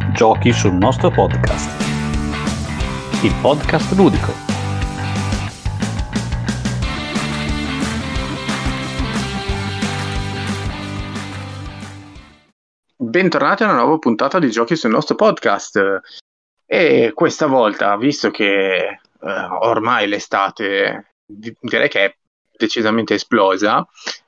Giochi sul nostro podcast. Il podcast ludico. Bentornati a una nuova puntata di Giochi sul nostro podcast. E questa volta, visto che ormai l'estate direi che è decisamente esplosa,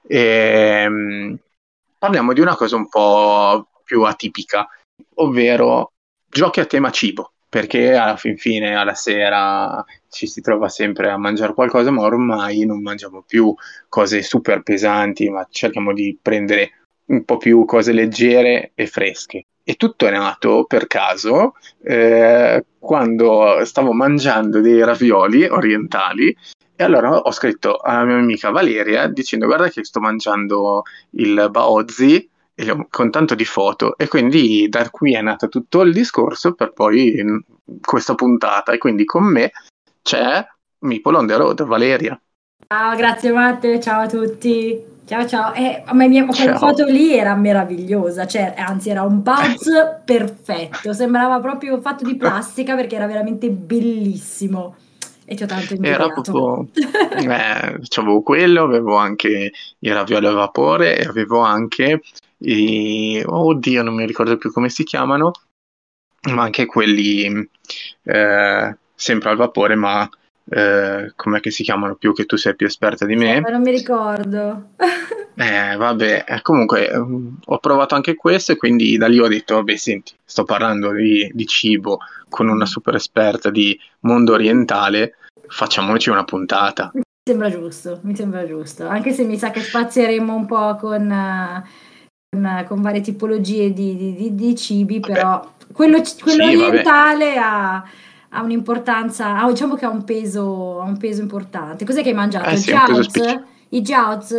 parliamo di una cosa un po' più atipica, ovvero giochi a tema cibo, perché alla fin fine, alla sera, ci si trova sempre a mangiare qualcosa, ma ormai non mangiamo più cose super pesanti, ma cerchiamo di prendere un po' più cose leggere e fresche. E tutto è nato per caso quando stavo mangiando dei ravioli orientali e allora ho scritto alla mia amica Valeria dicendo: guarda che sto mangiando il baozzi con tanto di foto, e quindi da qui è nato tutto il discorso per poi questa puntata. E quindi con me c'è Meeple on the Road, Valeria. Ciao, grazie Matte, ciao a tutti. Ciao ciao. Quella Ciao. foto lì era meravigliosa, cioè, anzi era un buzz perfetto, sembrava proprio fatto di plastica perché era veramente bellissimo e ti ho tanto Era invidiato. proprio c'avevo quello, avevo anche i ravioli a vapore e avevo anche oddio, non mi ricordo più come si chiamano, ma anche quelli sempre al vapore, ma com'è che si chiamano, più che tu sei più esperta di me. Non mi ricordo. Vabbè, comunque ho provato anche questo e quindi da lì ho detto, vabbè, senti, sto parlando di cibo con una super esperta di mondo orientale, facciamoci una puntata. Mi sembra giusto, anche se mi sa che spazieremo un po' con varie tipologie di cibi, però quello Sì, orientale ha un'importanza, diciamo che ha un peso importante. Cos'è che hai mangiato? sì, è un peso specifico. I jiaozi?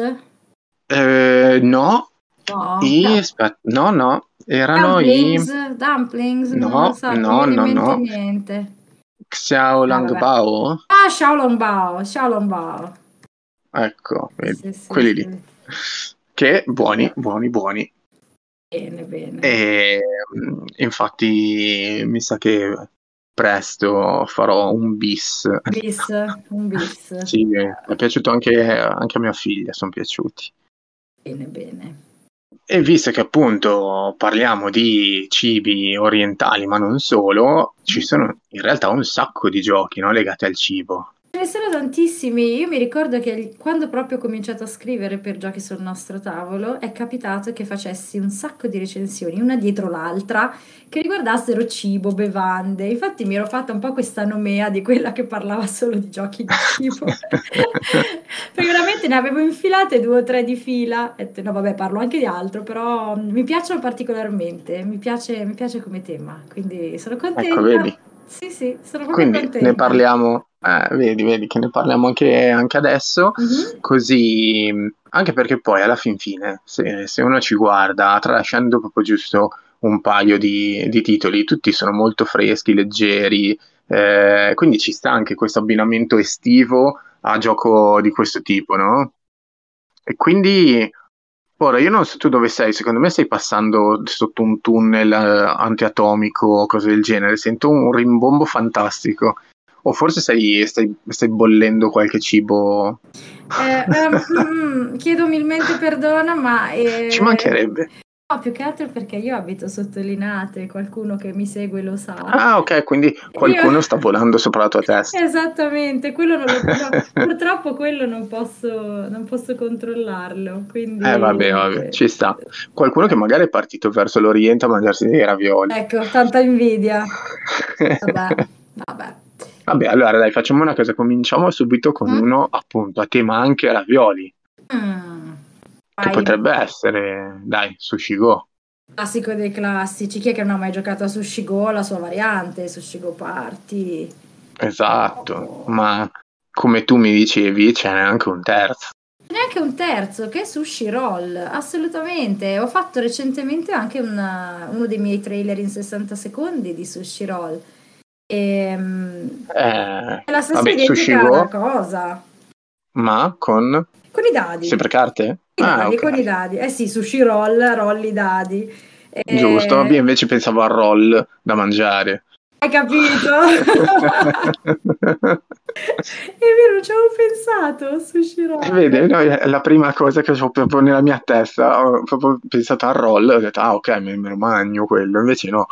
No, no, erano Dumplings, non no, lo so, non mi viene in mente no, niente. Xiao Lang Vabbè. Bao, Xiaolongbao. ecco, vedi, Sì. quelli lì, che buoni. Bene. E infatti mi sa che presto farò un bis. Un bis. Sì, è piaciuto anche a mia figlia, sono piaciuti. Bene. E visto che appunto parliamo di cibi orientali, ma non solo, ci sono in realtà un sacco di giochi, no, legati al cibo. Ce ne sono tantissimi. Io mi ricordo che quando proprio ho cominciato a scrivere per Giochi sul nostro tavolo, è capitato che facessi un sacco di recensioni, una dietro l'altra, che riguardassero cibo, bevande. Infatti mi ero fatta un po' questa nomea di quella che parlava solo di giochi di cibo. Perché veramente ne avevo infilate 2 o 3 di fila. E no, vabbè, parlo anche di altro, però mi piacciono particolarmente. Mi piace come tema, quindi sono contenta. Ecco, vedi. Sì, sono proprio Quindi contenta. ne parliamo, vedi che ne parliamo anche adesso, così, anche perché poi alla fin fine, se uno ci guarda, tralasciando proprio giusto un paio di titoli, tutti sono molto freschi, leggeri, quindi ci sta anche questo abbinamento estivo a gioco di questo tipo, no? E quindi, ora io non so tu dove sei, secondo me stai passando sotto un tunnel antiatomico o cose del genere, sento un rimbombo fantastico. O forse stai bollendo qualche cibo. Chiedo umilmente perdono, ma Ci mancherebbe. no, più che altro perché io abito sotto Linate, qualcuno che mi segue lo sa. Ah, ok, quindi qualcuno sta volando sopra la tua testa. Esattamente, quello purtroppo quello non posso controllarlo, quindi Vabbè, ci sta. Qualcuno che magari è partito verso l'Oriente a mangiarsi dei ravioli. Ecco, tanta invidia. Vabbè. Vabbè, allora dai, facciamo una cosa, cominciamo subito con uno appunto a tema anche ravioli. Che potrebbe essere, dai, Sushi Go. Classico dei classici. Chi è che non ha mai giocato a Sushi Go, la sua variante, Sushi Go Party? Esatto, ma come tu mi dicevi c'è anche un terzo. Neanche un terzo, che è Sushi Roll, assolutamente. Ho fatto recentemente anche uno dei miei trailer in 60 secondi di Sushi Roll. È la stessa identica cosa. Ma con i dadi. sempre carte? Con i dadi. Sì, Sushi Roll, rolli dadi. Giusto, io invece pensavo al roll da mangiare. Hai capito? È vero, non ci avevo pensato, sushi roll. Vedi, no, è la prima cosa che ho proprio nella mia testa, ho proprio pensato al roll, ho detto, ok, me lo mangio quello, invece no.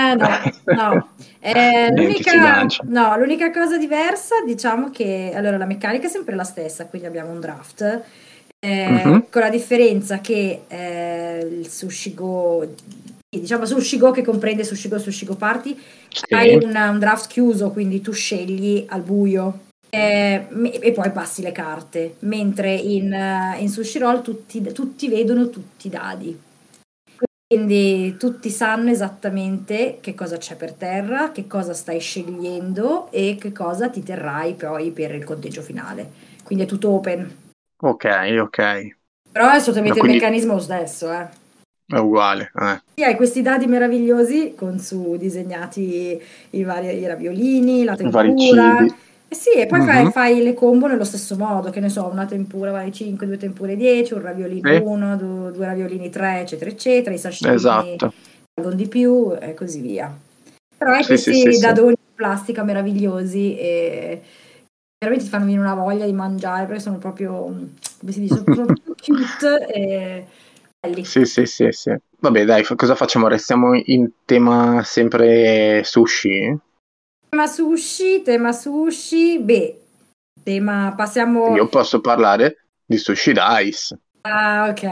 No. Niente, ci lancio. L'unica cosa diversa, diciamo che allora la meccanica è sempre la stessa, quindi abbiamo un draft, Mhm. con la differenza che il Sushi Go, diciamo Sushi Go che comprende Sushi Go e Sushi Go Party, hai Sì, un draft chiuso, quindi tu scegli al buio. E poi passi le carte, mentre in Sushi Roll tutti vedono tutti i dadi. Quindi tutti sanno esattamente che cosa c'è per terra, che cosa stai scegliendo e che cosa ti terrai poi per il conteggio finale. Quindi è tutto open. ok. Però è No, assolutamente il quindi meccanismo lo stesso, eh. è uguale. Sì, hai questi dadi meravigliosi con su disegnati i raviolini, la I vari tempura. cibi. Eh sì, e poi Mhm. fai le combo nello stesso modo, che ne so, una tempura vale 5, due tempure 10, un raviolino Sì, 1, due raviolini 3, eccetera, eccetera, i sashimi esatto. valgono di più e così via. Però hai Sì, sì, sì, questi sì. dadoni di plastica meravigliosi e veramente ti fanno venire una voglia di mangiare perché sono proprio, come si dice, sono proprio cute e belli. Sì, sì, sì, sì. Vabbè, dai, cosa facciamo? Restiamo in tema sempre sushi? Tema sushi, beh, passiamo. Io posso parlare di Sushi Dice, Ah, ok,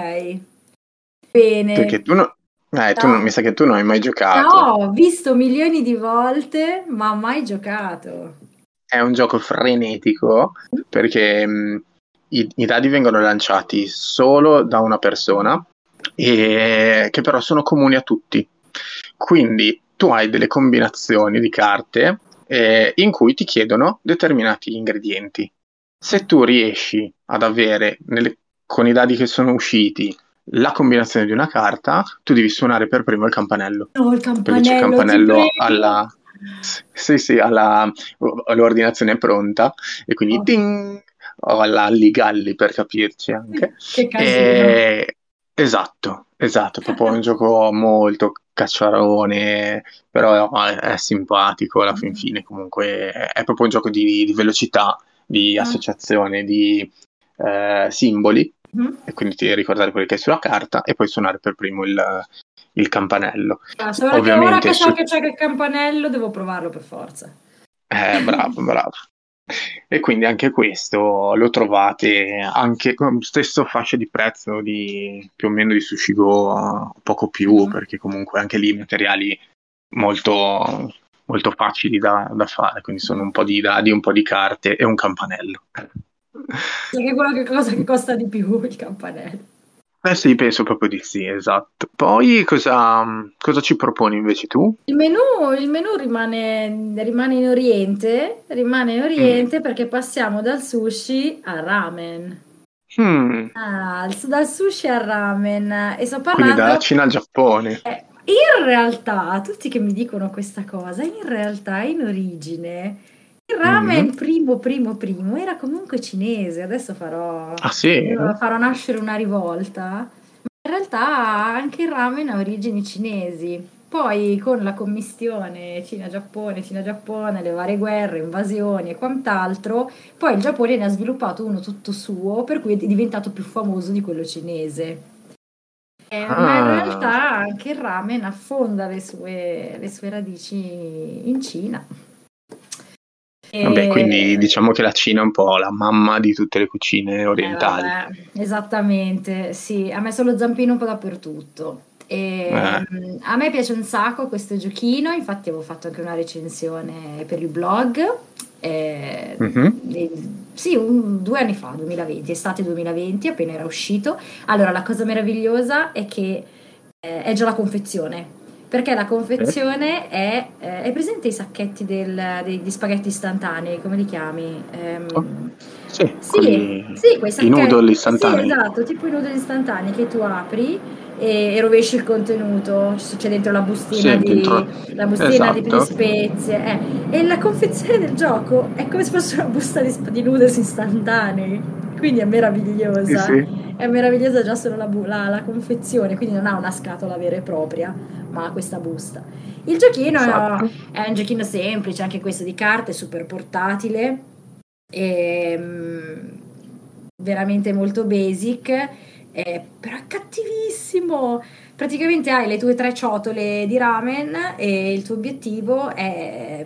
perché bene. mi No, sa che tu non hai mai no, giocato. ho visto milioni di volte, ma mai giocato. È un gioco frenetico perché i dadi vengono lanciati solo da una persona e che però sono comuni a tutti. Quindi tu hai delle combinazioni di carte in cui ti chiedono determinati ingredienti. Se tu riesci ad avere con i dadi che sono usciti la combinazione di una carta, tu devi suonare per primo il campanello, No, il perché c'è il campanello, ti campanello prego. sì, sì, all'ordinazione pronta e quindi Oh, ting, o alla Alligalli per capirci anche. che casino. Esatto, proprio un gioco molto cacciarone, però è simpatico alla fin fine, comunque è proprio un gioco di velocità, di Ah, associazione, di simboli, mhm. e quindi ti devi ricordare quelli che hai sulla carta e poi suonare per primo il campanello. Solo che ora Ovviamente che so che c'è il campanello, devo provarlo per forza. bravo, bravo. E quindi anche questo lo trovate anche con stesso fascia di prezzo di più o meno di Sushi Go, poco più, Mhm. perché comunque anche lì materiali molto, molto facili da fare, quindi sono un po' di dadi, un po' di carte e un campanello. Sai che è quella cosa che costa di più, il campanello. Eh sì, penso proprio di sì, esatto. Poi cosa ci proponi invece tu? Il menù rimane in Mm. Oriente perché passiamo dal sushi al ramen. Mm. Dal sushi al ramen. E sto Quindi dalla parlando. Cina al Giappone. In realtà, tutti che mi dicono questa cosa, in realtà in origine il Mm. ramen primo era comunque cinese. Adesso Ah sì? farò nascere una rivolta. In realtà anche il ramen ha origini cinesi. Poi con la commistione Cina-Giappone, le varie guerre, invasioni e quant'altro, poi il Giappone ne ha sviluppato uno tutto suo, per cui è diventato più famoso di quello cinese. Ma in Ah, realtà anche il ramen affonda le sue radici in Cina. vabbè, quindi E, diciamo che la Cina è un po' la mamma di tutte le cucine orientali. vabbè, esattamente, sì, ha messo lo zampino un po' dappertutto. Eh, A me piace un sacco questo giochino, infatti avevo fatto anche una recensione per il blog. eh, mhm. eh, sì, 2 anni fa, 2020, estate 2020, appena era uscito. Allora, la cosa meravigliosa è che è già la confezione. Perché la Eh? confezione è presente i sacchetti degli spaghetti istantanei, come li chiami? Oh, sì, Sì, quelli, sì, quei i noodle sacchetti, sì, istantanei. esatto, tipo i noodle istantanei che tu apri e rovesci il contenuto, c'è dentro Sì, la bustina di esatto. spezie, e la confezione del gioco è come se fosse una busta di noodles istantanei, quindi è Sì, meravigliosa. sì. È meravigliosa già solo la confezione, quindi non ha una scatola vera e propria, ma ha questa busta. Il giochino Esatto. è un giochino semplice, anche questo di carte, super portatile, veramente molto basic, però è cattivissimo. Praticamente hai le tue 3 ciotole di ramen e il tuo obiettivo è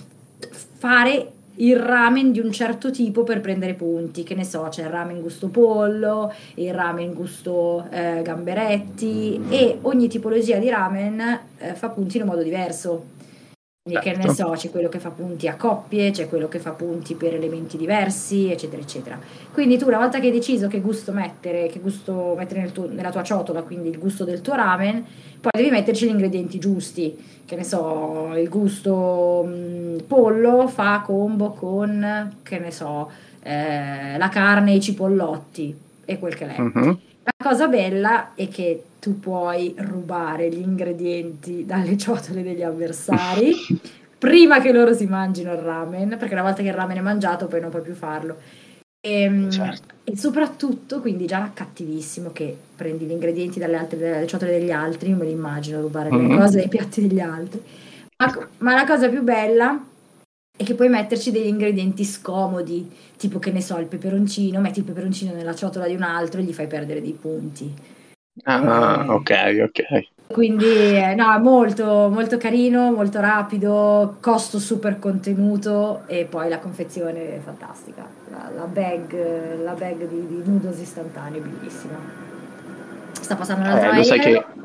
fare il ramen di un certo tipo per prendere punti, che ne so, c'è il ramen gusto pollo, il ramen gusto gamberetti, e ogni tipologia di ramen fa punti in un modo diverso. Quindi che ne Certo. so, c'è quello che fa punti a coppie, c'è quello che fa punti per elementi diversi, eccetera, eccetera. Quindi tu una volta che hai deciso che gusto mettere nella tua ciotola, quindi il gusto del tuo ramen, poi devi metterci gli ingredienti giusti. Che ne so, il gusto pollo fa combo con, che ne so, la carne e i cipollotti e quel che è. Mhm. La cosa bella è che tu puoi rubare gli ingredienti dalle ciotole degli avversari prima che loro si mangino il ramen, perché una volta che il ramen è mangiato poi non puoi più farlo. Certo. E soprattutto, quindi già cattivissimo che prendi gli ingredienti dalle ciotole degli altri, io me li immagino rubare le Mhm. cose dai piatti degli altri. Ma la cosa più bella è che puoi metterci degli ingredienti scomodi, tipo che ne so, il peperoncino, metti il peperoncino nella ciotola di un altro e gli fai perdere dei punti. Ah, ok, ok. Quindi no, è molto, molto carino, molto rapido, costo super contenuto e poi la confezione è fantastica. La bag di noodles istantanei, bellissima. Sta passando un altro Lo sai aereo. che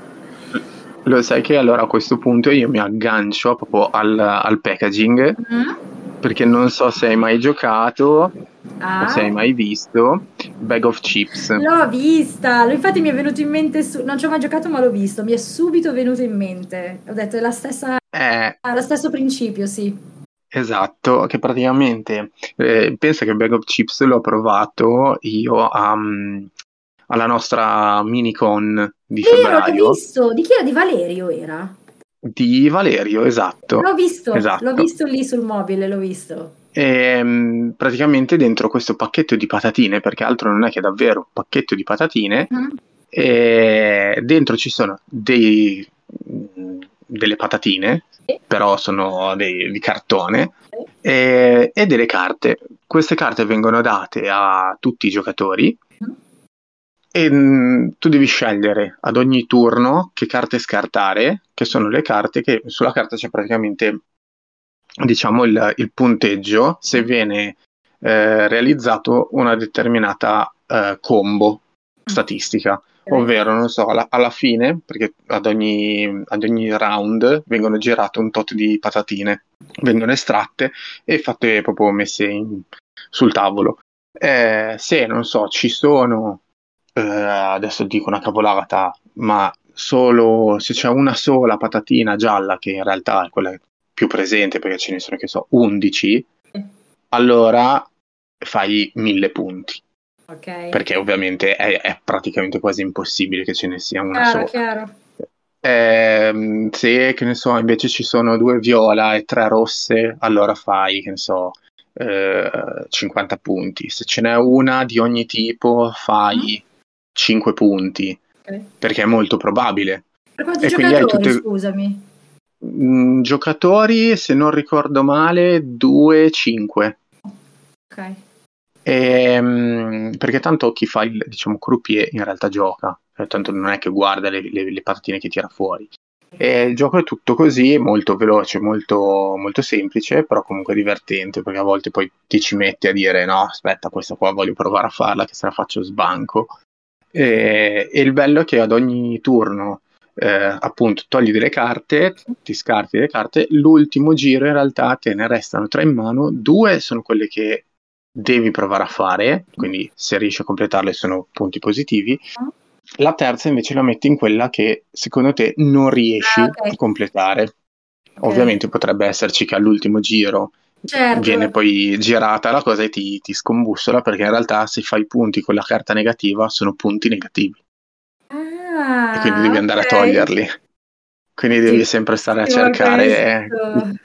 Lo sai che allora a questo punto io mi aggancio proprio al packaging, Mm? perché non so se hai mai giocato o se Ah, hai mai visto Bag of Chips. l'ho vista, infatti mi è venuto in mente, non ci ho mai giocato ma l'ho visto, mi è subito venuto in mente. Ho detto è lo stesso principio, sì. Esatto, che praticamente pensa che Bag of Chips l'ho provato io alla nostra minicon di Vero, l'ho febbraio visto. Di chi era? Di Valerio era? di Valerio, esatto, L'ho esatto. visto lì sul mobile, l'ho visto. E praticamente dentro questo pacchetto di patatine, perché altro non è che davvero un pacchetto di patatine, Mhm. e dentro ci sono delle patatine, Sì, però sono di cartone, sì. e delle carte. Queste carte vengono date a tutti i giocatori Mhm. e tu devi scegliere ad ogni turno che carte scartare, che sono le carte che sulla carta c'è praticamente, diciamo, il punteggio se viene realizzato una determinata combo statistica. Ok. Ovvero, non so, alla fine, perché ad ogni round vengono girate un tot di patatine, vengono estratte e fatte proprio messe sul tavolo. Se non so, ci sono, adesso dico una cavolata, ma solo se c'è una sola patatina gialla, che in realtà è quella più presente perché ce ne sono, che so, 11, allora fai 1000 punti. Ok. Perché ovviamente è praticamente quasi impossibile che ce ne sia una Chiaro, sola. chiaro. Se, che ne so, invece ci sono 2 viola e 3 rosse, allora fai, che ne so, 50 punti. Se ce n'è una di ogni tipo, Mhm. fai 5 punti, Ok. perché è molto probabile. Per quanti E quindi hai giocatori, tutte scusami? giocatori, se non ricordo male, 2-5. Ok. Perché tanto chi fa il, diciamo, croupier in realtà gioca, tanto non è che guarda le patatine che tira fuori. E il gioco è tutto così, molto veloce, molto, molto semplice, però comunque divertente, perché a volte poi ti ci metti a dire no, aspetta, questa qua voglio provare a farla, che se la faccio sbanco. E il bello è che ad ogni turno, appunto, togli delle carte, ti scarti le carte, l'ultimo giro in realtà te ne restano 3 in mano, 2 sono quelle che devi provare a fare, quindi se riesci a completarle sono punti positivi. La terza invece la metti in quella che secondo te non Ah, riesci a ok. completare. Ok. Ovviamente potrebbe esserci che all'ultimo giro Certo. viene poi girata la cosa e ti scombussola, perché in realtà se fai punti con la carta negativa sono punti negativi e quindi devi Ah, andare a ok. toglierli. Quindi devi sempre stare a Bellissimo cercare questo.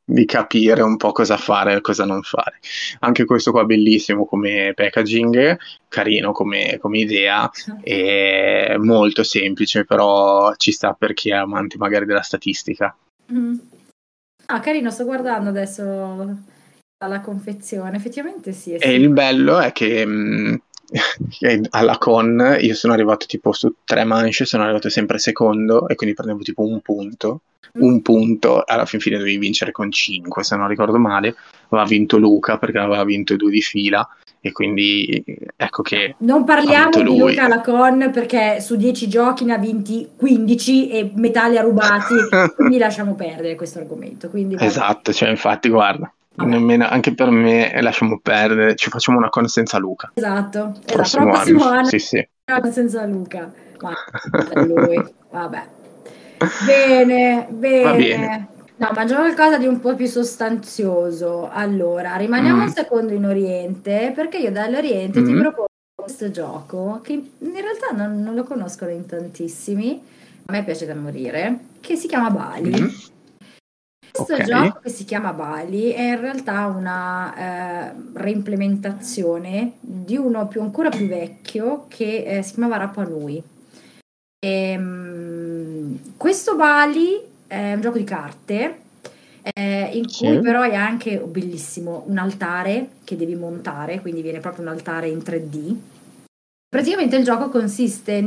di capire un po' cosa fare e cosa non fare. Anche questo qua bellissimo come packaging, carino come idea, e molto semplice, però ci sta per chi è amante magari della statistica. Ah, carino, sto guardando adesso alla confezione, effettivamente sì. E il bello è che alla con io sono arrivato tipo su 3 manche, sono arrivato sempre secondo e quindi prendevo tipo un punto, alla fin fine dovevi vincere con 5 se non ricordo male. Aveva vinto Luca perché aveva vinto 2 di fila e quindi ecco che non parliamo di lui. Luca Lacon perché su 10 giochi ne ha vinti 15 e metà li ha rubati, quindi lasciamo perdere questo argomento. Quindi esatto, cioè infatti guarda, nemmeno, anche per me lasciamo perdere, ci facciamo una con senza Luca. Esatto, prossimo anno. Sì. Senza Luca, ma lui, vabbè. Bene. Va bene. No, mangiamo qualcosa di un po' più sostanzioso. Allora, rimaniamo un secondo in Oriente, perché io dall'Oriente ti propongo questo gioco, che in realtà non lo conoscono in tantissimi, a me piace da morire, che si chiama Bali. Questo gioco che si chiama Bali è in realtà una reimplementazione di uno ancora più vecchio che si chiamava Rapa Nui. Questo Bali è un gioco di carte in cui però è anche bellissimo un altare che devi montare, quindi viene proprio un altare in 3D. Praticamente il gioco consiste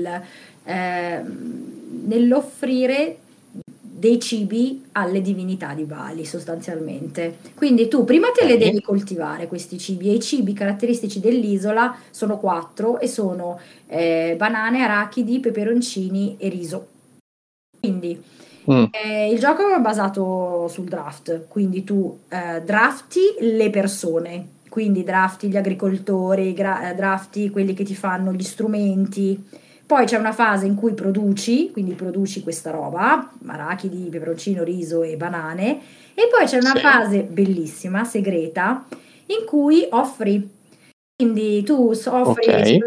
nell'offrire dei cibi alle divinità di Bali sostanzialmente. Quindi tu prima te le devi coltivare questi cibi, e i cibi caratteristici dell'isola sono 4 e sono banane, arachidi, peperoncini e riso. Quindi il gioco è basato sul draft, quindi tu drafti le persone, quindi drafti gli agricoltori, drafti quelli che ti fanno gli strumenti. Poi c'è una fase in cui produci questa roba, arachidi, peperoncino, riso e banane, e poi c'è una fase bellissima, segreta, in cui offri. Quindi tu offri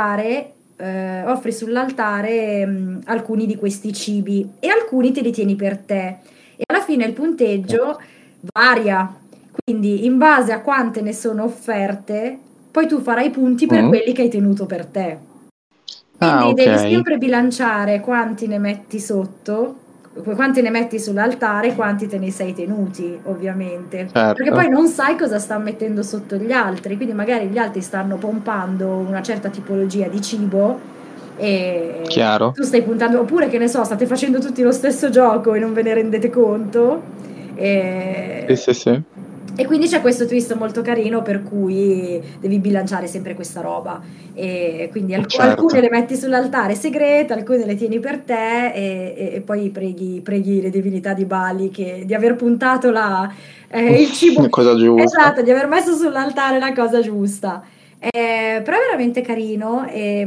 sull'altare alcuni di questi cibi e alcuni te li tieni per te. E alla fine il punteggio varia, quindi in base a quante ne sono offerte, poi tu farai punti per quelli che hai tenuto per te. Quindi devi sempre bilanciare quanti ne metti sotto, quanti ne metti sull'altare, quanti te ne sei tenuti, ovviamente. Perché poi non sai cosa stanno mettendo sotto gli altri, quindi magari gli altri stanno pompando una certa tipologia di cibo e tu stai puntando, oppure che ne so, state facendo tutti lo stesso gioco e non ve ne rendete conto. Sì. E quindi c'è questo twist molto carino per cui devi bilanciare sempre questa roba e quindi alcune le metti sull'altare segrete, alcune le tieni per te e poi preghi le divinità di Bali di aver puntato il cibo, cosa giusta. Esatto, di aver messo sull'altare la cosa giusta. Però è veramente carino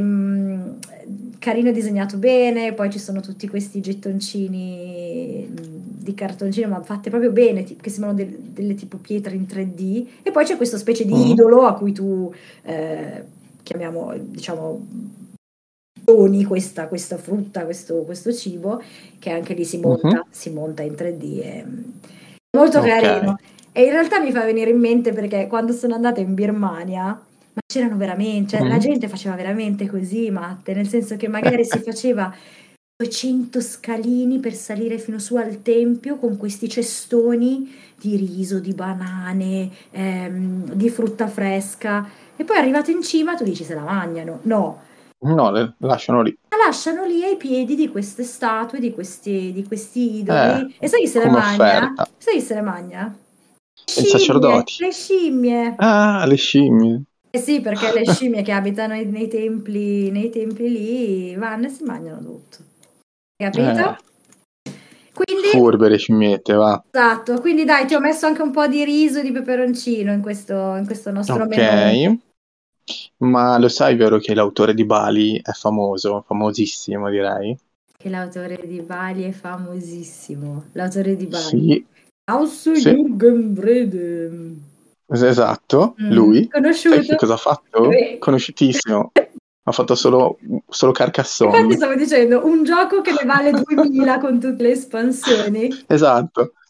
carino disegnato bene, poi ci sono tutti questi gettoncini di cartoncino ma fatte proprio bene, che sembrano delle tipo pietre in 3D, e poi c'è questa specie di idolo a cui tu chiamiamo, diciamo, doni questa frutta, questo cibo, che anche lì si monta in 3D, è molto carino. E in realtà mi fa venire in mente perché quando sono andata in Birmania, ma c'erano veramente, cioè la gente faceva veramente così, matte, nel senso che magari si faceva 200 scalini per salire fino su al tempio con questi cestoni di riso, di banane, di frutta fresca, e poi arrivato in cima tu dici se la mangiano. No, le lasciano lì. la lasciano lì ai piedi di queste statue, di questi idoli. E sai chi se le mangia? Sai chi se le mangia? I sacerdoti. Le scimmie. Ah, le scimmie. Sì, perché le scimmie che abitano nei templi lì vanno e si mangiano tutto. Capito? Quindi, furbe le scimmiette, va. Esatto, quindi dai, ti ho messo anche un po' di riso e di peperoncino in questo nostro menù. Ma lo sai, vero, che l'autore di Bali è famosissimo, direi? Che l'autore di Bali è famosissimo. L'autore di Bali. Sì. Hans-Jürgen Brede. Esatto, lui. Conosciuto. Sai che cosa ha fatto? Conosciutissimo. Ha fatto solo Carcassonne. Infatti stavo dicendo, un gioco che ne vale 2000 con tutte le espansioni. Esatto.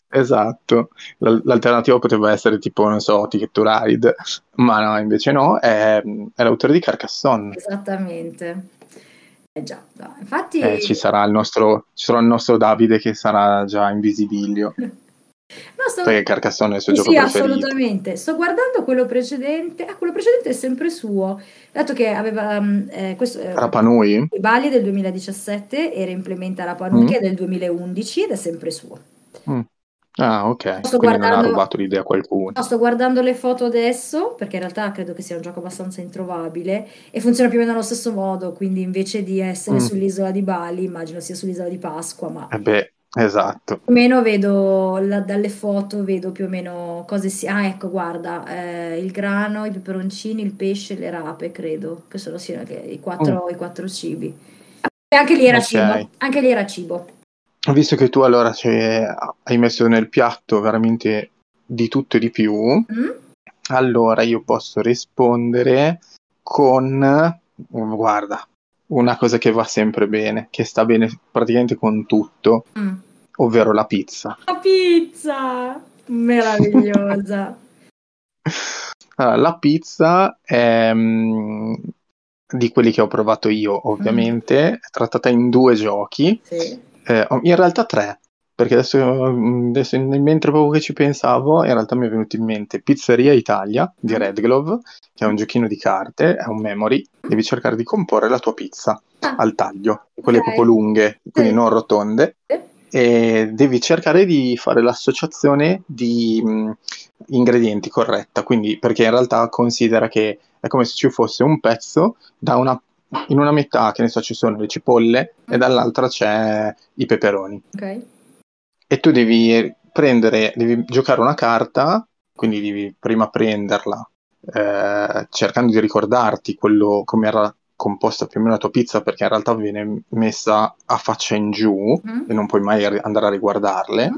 Esatto, l'alternativa potrebbe essere tipo, non so, Ticket to Ride, ma no, invece no, è l'autore di Carcassonne. Esattamente. Già, no, Ci infatti. sarà il nostro Davide che sarà già in visibilio, No, perché Carcassonne è il suo sì, gioco sì, preferito. assolutamente. Sto guardando quello precedente. Ah, quello precedente è sempre suo. Dato che aveva questo, Rapa Nui? i Bali del 2017 era implementa Rapa Nui che Mm? è del 2011 ed è sempre suo. Mm. Ah, ok, Sto quindi non ha guardando, rubato l'idea a qualcuno. no, sto guardando le foto adesso, perché in realtà credo che sia un gioco abbastanza introvabile e funziona più o meno allo stesso modo, quindi invece di essere Mm. sull'isola di Bali, immagino sia sull'isola di Pasqua, ma Beh, esatto. più o meno vedo dalle foto, vedo più o meno cose si... Ah, ecco, guarda, il grano, i peperoncini, il pesce e le rape, credo, che sono Mm, i quattro cibi. E anche lì era ok. cibo, anche lì era cibo. Visto che tu allora hai messo nel piatto veramente di tutto e di più, Mm? allora io posso rispondere con, guarda, una cosa che va sempre bene, che sta bene praticamente con tutto, Mm. ovvero la pizza. La pizza! Meravigliosa. Allora, la pizza è di quelli che ho provato io, Mm. ovviamente, è trattata in due giochi, Sì. in realtà tre, perché adesso mentre proprio che ci pensavo, in realtà mi è venuto in mente Pizzeria Italia di Mm. Red Glove, che è un giochino di carte, è un memory, devi cercare di comporre la tua pizza Ah, al taglio, ok. quelle proprio lunghe, quindi Sì. non rotonde, Sì. e devi cercare di fare l'associazione di ingredienti corretta, quindi perché in realtà considera che è come se ci fosse un pezzo in una metà, che ne so, ci sono le cipolle e Mm. dall'altra c'è i peperoni. Ok. E tu devi giocare una carta, quindi devi prima prenderla, cercando di ricordarti quello come era composta più o meno la tua pizza, perché in realtà viene messa a faccia in giù Mm. e non puoi mai andare a riguardarle. Mm.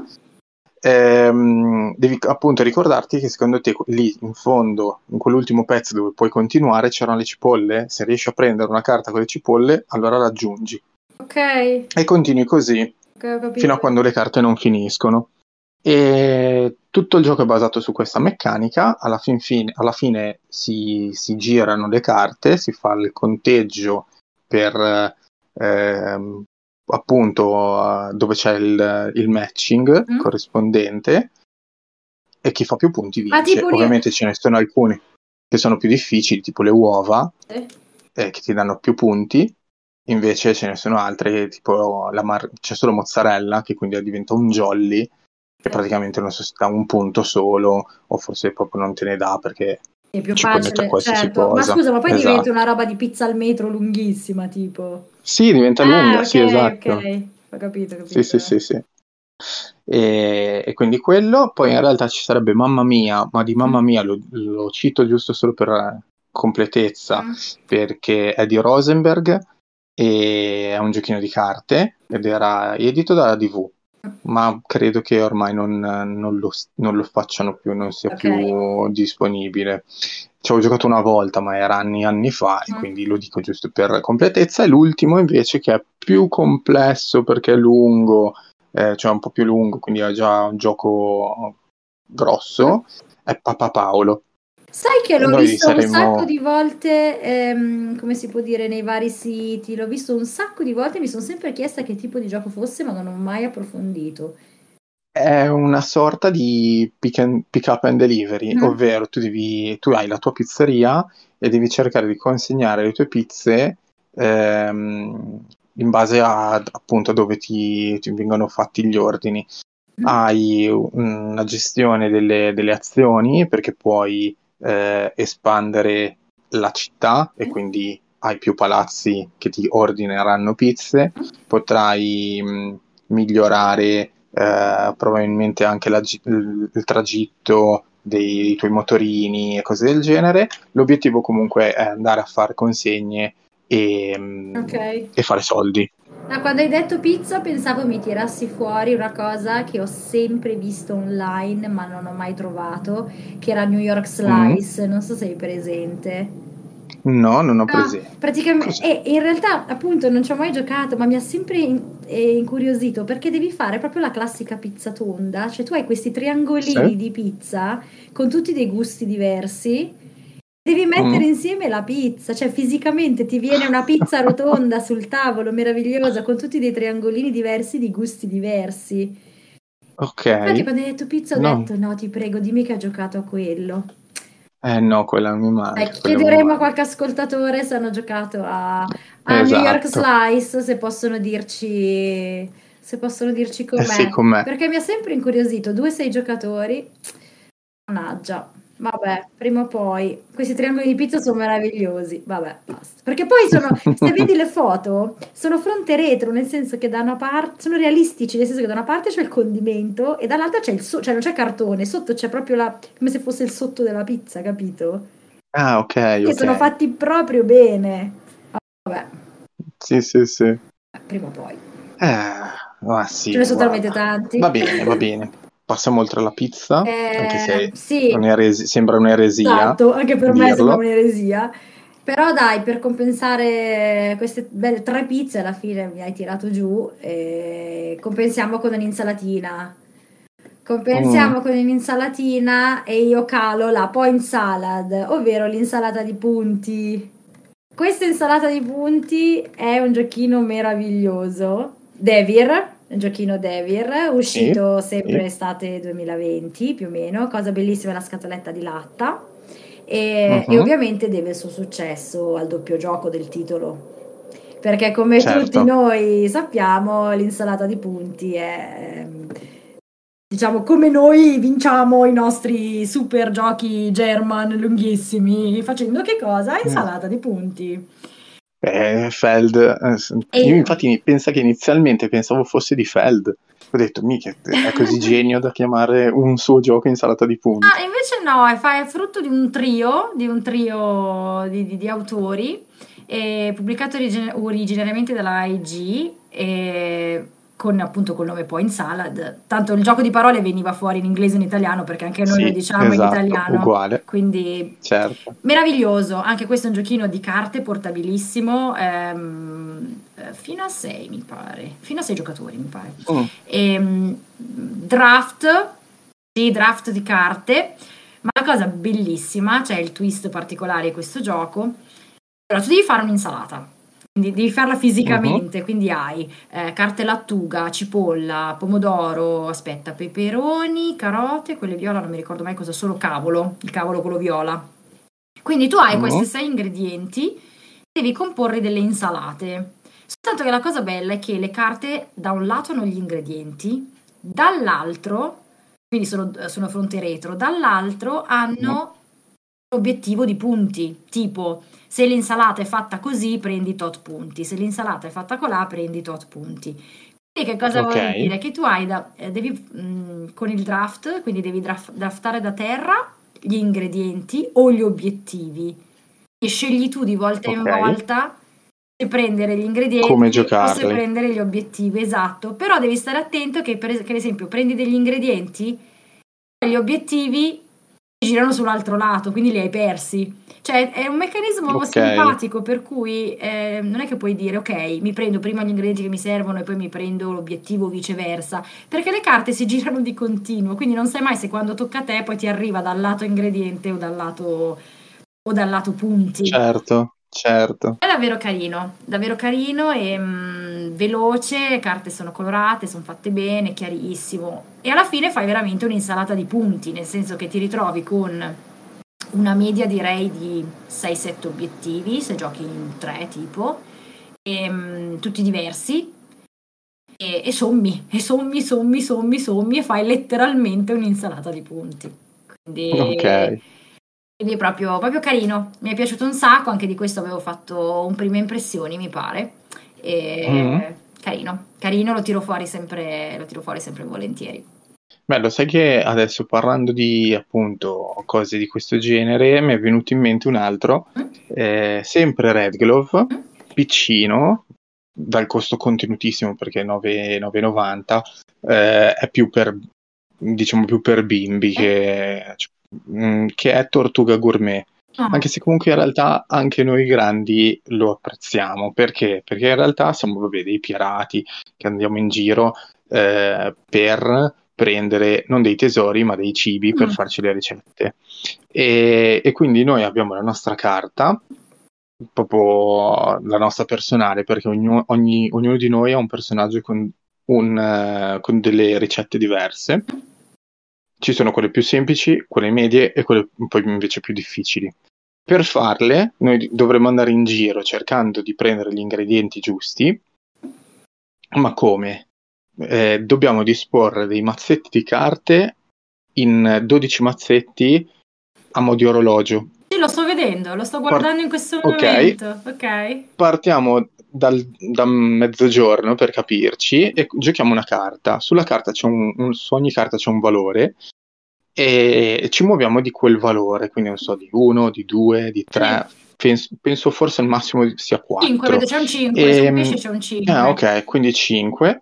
Devi appunto ricordarti che secondo te lì in fondo, in quell'ultimo pezzo dove puoi continuare, c'erano le cipolle. Se riesci a prendere una carta con le cipolle, allora raggiungi. Ok. E continui così Ok, ho fino a capito. quando le carte non finiscono. E tutto il gioco è basato su questa meccanica. Alla fine si girano le carte, si fa il conteggio per ehm, appunto dove c'è il matching Mm. corrispondente e chi fa più punti Ma vince. tipo lì... Ovviamente ce ne sono alcuni che sono più difficili, tipo le uova, Eh, che ti danno più punti. Invece ce ne sono altre, che tipo c'è solo mozzarella, che quindi diventa un jolly, che eh. praticamente non so se dà un punto solo, o forse proprio non te ne dà perché È più ci puoi mettere facile, qualsiasi certo. Ma cosa. scusa, ma poi diventa Esatto. una roba di pizza al metro lunghissima, tipo. Sì, diventa Ah, lunga, ok, sì, esatto. ok. Ho capito, ho Sì, capito. sì, sì, sì. E quindi quello, poi in realtà ci sarebbe Mamma Mia, ma di Mamma Mm. Mia lo cito giusto solo per completezza, Mm. perché è di Rosenberg e è un giochino di carte ed era edito dalla DV, ma credo che ormai non lo facciano più, non sia Ok. più disponibile. Ci avevo giocato una volta, ma era anni e anni fa, e Mm. quindi lo dico giusto per completezza. E l'ultimo invece che è più complesso perché è lungo, cioè un po' più lungo, quindi è già un gioco Mm. grosso, è Papa Paolo. Sai che E l'ho noi visto un sacco saremo... di volte, come si può dire, nei vari siti, l'ho visto un sacco di volte e mi sono sempre chiesta che tipo di gioco fosse, ma non ho mai approfondito. È una sorta di pick up and delivery, Mm. ovvero tu hai la tua pizzeria e devi cercare di consegnare le tue pizze in base appunto a dove ti vengono fatti gli ordini. Mm. Hai una gestione delle azioni perché puoi espandere la città e quindi hai più palazzi che ti ordineranno pizze, potrai migliorare probabilmente anche il tragitto dei tuoi motorini e cose del genere. L'obiettivo comunque è andare a fare consegne Ok. e fare soldi. Ah, quando hai detto pizza pensavo mi tirassi fuori una cosa che ho sempre visto online ma non ho mai trovato, che era New York Mm? Slice, non so se hai presente. No, non ho Ah, presente. praticamente, in realtà appunto non ci ho mai giocato, ma mi ha sempre incuriosito perché devi fare proprio la classica pizza tonda, cioè tu hai questi triangolini Sì? di pizza con tutti dei gusti diversi, devi mettere Mm. insieme la pizza, cioè fisicamente ti viene una pizza rotonda sul tavolo, meravigliosa, con tutti dei triangolini diversi di gusti diversi. Ok. Infatti quando hai detto pizza ho No. detto no, ti prego, dimmi che ha giocato a quello. No, quella mi manca, quella mi Chiederemo a manca. qualche ascoltatore se hanno giocato a New York Esatto. Slice, se possono dirci Sì, com'è. con me. Perché mi ha sempre incuriosito, 2-6 giocatori, mannaggia. Vabbè, prima o poi. Questi triangoli di pizza sono meravigliosi. Vabbè, basta. Perché poi se vedi le foto, sono fronte retro, nel senso che da una parte sono realistici, nel senso che da una parte c'è il condimento e dall'altra c'è cioè non c'è cartone, sotto c'è proprio come se fosse il sotto della pizza, capito? Ah, ok, Quindi sono ok. fatti proprio bene. Vabbè, Sì, sì, sì. prima o poi. Ma Ce sì, ne sono talmente guarda. tanti. Va bene, va bene. Passiamo oltre alla pizza, anche se Sì, sembra un'eresia esatto, anche per me sembra dirlo. un'eresia. Però dai, per compensare queste belle 3 pizze alla fine mi hai tirato giù e compensiamo con un'insalatina. Mm, Compensiamo con un'insalatina e io calo la point salad, ovvero l'insalata di punti. Questa insalata di punti è un giochino meraviglioso. Devir, un giochino Devir, sì, uscito sì. sempre estate 2020 più o meno. Cosa bellissima è la scatoletta di latta. E Mhm, ovviamente deve il suo successo al doppio gioco del titolo. Perché come tutti certo. noi sappiamo, l'insalata di punti è, diciamo, come noi vinciamo i nostri super giochi German lunghissimi, facendo che cosa? Mm. Insalata di punti. Feld. E Io infatti pensa che inizialmente pensavo fosse di Feld. Ho detto, mica, è così genio da chiamare un suo gioco insalata di punti. invece no, è frutto di un trio di autori, pubblicato originariamente dalla IG, con appunto col nome Point Salad. Tanto il gioco di parole veniva fuori in inglese e in italiano perché anche noi lo Sì, diciamo in esatto, italiano, uguale, quindi certo. meraviglioso. Anche questo è un giochino di carte portabilissimo, fino a 6 mi pare, fino a 6 giocatori mi pare. Mm, Draft, sì, draft di carte, ma la cosa bellissima, cioè il twist particolare di questo gioco, allora tu devi fare un'insalata, quindi devi farla mhm, fisicamente, quindi hai carte lattuga, cipolla, pomodoro, aspetta, peperoni, carote, quelle viola non mi ricordo mai cosa, solo cavolo, il cavolo quello viola. Quindi tu hai questi mm, 6 ingredienti, devi comporre delle insalate. Soltanto che la cosa bella è che le carte da un lato hanno gli ingredienti, dall'altro, quindi sono fronte retro, dall'altro mm. hanno l'obiettivo di punti, tipo se l'insalata è fatta così prendi tot punti, se l'insalata è fatta colà prendi tot punti. Quindi che cosa Ok, vuol dire? Che tu devi, con il draft, quindi devi draftare da terra gli ingredienti o gli obiettivi e scegli tu di volta in ok. volta se prendere gli Come ingredienti o se giocarli? prendere gli obiettivi, esatto. Però devi stare attento che ad esempio prendi degli ingredienti, gli obiettivi girano sull'altro lato, quindi li hai persi. Cioè è un meccanismo Ok, simpatico per cui non è che puoi dire ok, mi prendo prima gli ingredienti che mi servono e poi mi prendo l'obiettivo o viceversa, perché le carte si girano di continuo, quindi non sai mai se quando tocca a te poi ti arriva dal lato ingrediente o dal lato punti. certo, certo. È davvero carino e veloce, le carte sono colorate, sono fatte bene, chiarissimo. E alla fine fai veramente un'insalata di punti, nel senso che ti ritrovi con una media direi di 6-7 obiettivi, se giochi in 3 tipo, tutti diversi, e sommi e fai letteralmente un'insalata di punti. Ok. Quindi è proprio carino, mi è piaciuto un sacco, anche di questo avevo fatto un prime impressioni, mi pare. Mm. Carino, carino, lo tiro fuori sempre volentieri. Beh, lo sai che adesso parlando di appunto cose di questo genere mi è venuto in mente un altro, Mm? sempre Red Glove, Mm? piccino, dal costo contenutissimo perché 9,90, è più per, diciamo, più per bimbi Eh? che è Tortuga Gourmet. Anche se comunque in realtà anche noi grandi lo apprezziamo. Perché? Perché in realtà siamo, vabbè, dei pirati che andiamo in giro per prendere non dei tesori, ma dei cibi per farci le ricette. E quindi noi abbiamo la nostra carta, proprio la nostra personale, perché ognuno di noi ha un personaggio con delle ricette diverse. Ci sono quelle più semplici, quelle medie e quelle poi invece più difficili. Per farle, noi dovremmo andare in giro cercando di prendere gli ingredienti giusti, ma come? Dobbiamo disporre dei mazzetti di carte in 12 mazzetti a mo' di orologio. Sì, lo sto vedendo, lo sto guardando in questo Ok, momento. Ok. partiamo da mezzogiorno per capirci e giochiamo una carta. Sulla carta su ogni carta c'è un valore e ci muoviamo di quel valore, quindi non so, di 1, di 2, di 3, penso forse al massimo sia 5, 4. vedo c'è un 5, su un pesce c'è un 5. Ok, quindi 5.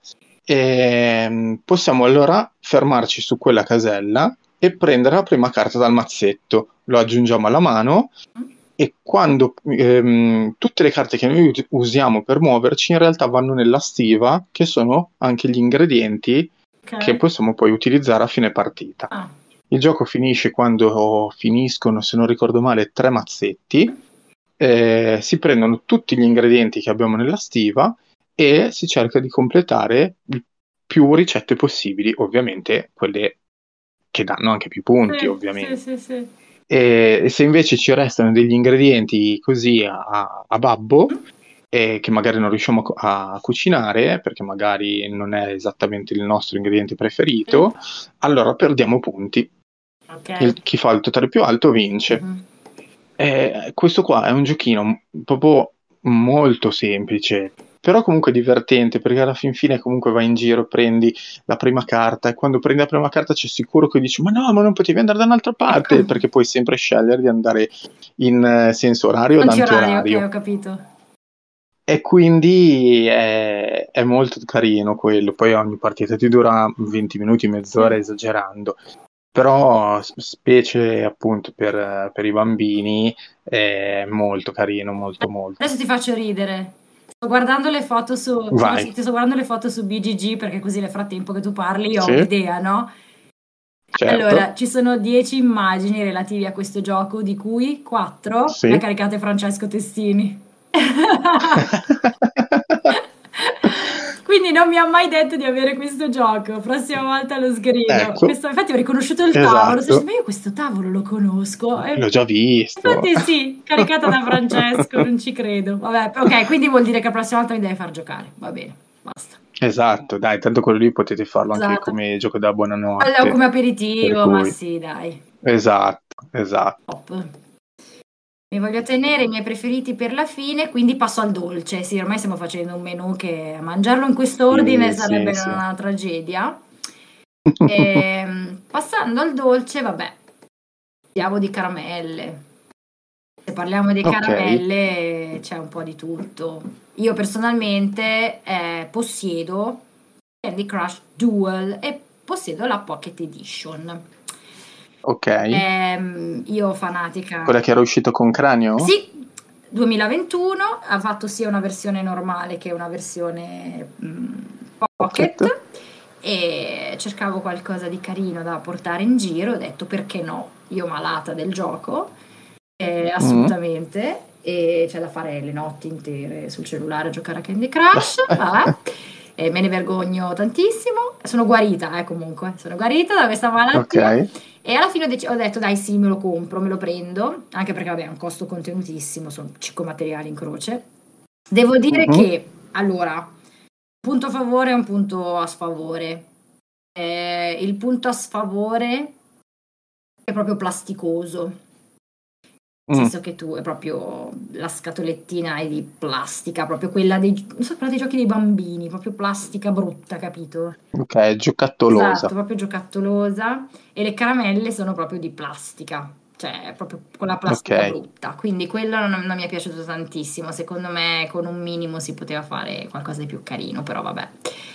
Possiamo allora fermarci su quella casella e prendere la prima carta dal mazzetto, lo aggiungiamo alla mano e quando tutte le carte che noi usiamo per muoverci in realtà vanno nella stiva, che sono anche gli ingredienti che possiamo poi utilizzare a fine partita. Il gioco finisce quando finiscono, se non ricordo male, 3 mazzetti, si prendono tutti gli ingredienti che abbiamo nella stiva e si cerca di completare più ricette possibili, ovviamente quelle che danno anche più punti, ovviamente. Sì. E se invece ci restano degli ingredienti così a babbo, che magari non riusciamo a cucinare, perché magari non è esattamente il nostro ingrediente preferito, allora perdiamo punti. Chi fa il totale più alto vince. Questo qua è un giochino proprio molto semplice, però comunque divertente, perché alla fin fine comunque vai in giro, prendi la prima carta e quando prendi la prima carta c'è sicuro che dici ma no, ma non potevi andare da un'altra parte, perché puoi sempre scegliere di andare in senso orario o antiorario. Ok, ho capito. E quindi è molto carino quello. Poi ogni partita ti dura 20 minuti, mezz'ora, esagerando. Però specie appunto per i bambini è molto carino, molto. Adesso ti faccio ridere. Sto guardando le foto Vai. ti sto guardando le foto su BGG perché così nel frattempo che tu parli io ho Sì. un'idea, no? Certo. Allora, ci sono 10 immagini relative a questo gioco, di cui 4 Sì. le ha caricate Francesco Testini. Quindi non mi ha mai detto di avere questo gioco. Prossima volta lo sgrido. Ecco. Infatti ho riconosciuto il tavolo. Ma io questo tavolo lo conosco. L'ho già visto. Infatti sì, caricata da Francesco, non ci credo. Vabbè, ok, quindi vuol dire che la prossima volta mi devi far giocare. Va bene, basta. Esatto, dai, tanto quello lì potete farlo anche come gioco da buonanotte. Come aperitivo, ma sì, dai. Esatto. Top. Mi voglio tenere i miei preferiti per la fine, quindi passo al dolce. Sì, ormai stiamo facendo un menù che mangiarlo in questo ordine sarebbe una tragedia. Passando al dolce, vabbè, parliamo di caramelle. Se parliamo di caramelle c'è un po' di tutto. Io personalmente possiedo Candy Crush Duel e possiedo la Pocket Edition. Ok. Io fanatica. Quella che era uscita con Cranio? Sì, 2021, ha fatto sia una versione normale che una versione pocket. E cercavo qualcosa di carino da portare in giro, ho detto perché no, io malata del gioco, assolutamente, e c'è da fare le notti intere sul cellulare a giocare a Candy Crush, me ne vergogno tantissimo, sono guarita comunque, sono guarita da questa malattia. E alla fine ho detto dai sì, me lo compro, me lo prendo, anche perché vabbè è un costo contenutissimo, sono 5 materiali in croce. Devo dire che, allora, un punto a favore e un punto a sfavore. Il punto a sfavore è proprio plasticoso. Nel senso che tu è proprio la scatolettina è di plastica, proprio quella dei giochi dei bambini, proprio plastica brutta, capito? Ok, giocattolosa. Esatto, proprio giocattolosa. E le caramelle sono proprio di plastica, cioè proprio con la plastica brutta. Quindi quello non mi è piaciuto tantissimo. Secondo me con un minimo si poteva fare qualcosa di più carino, però vabbè.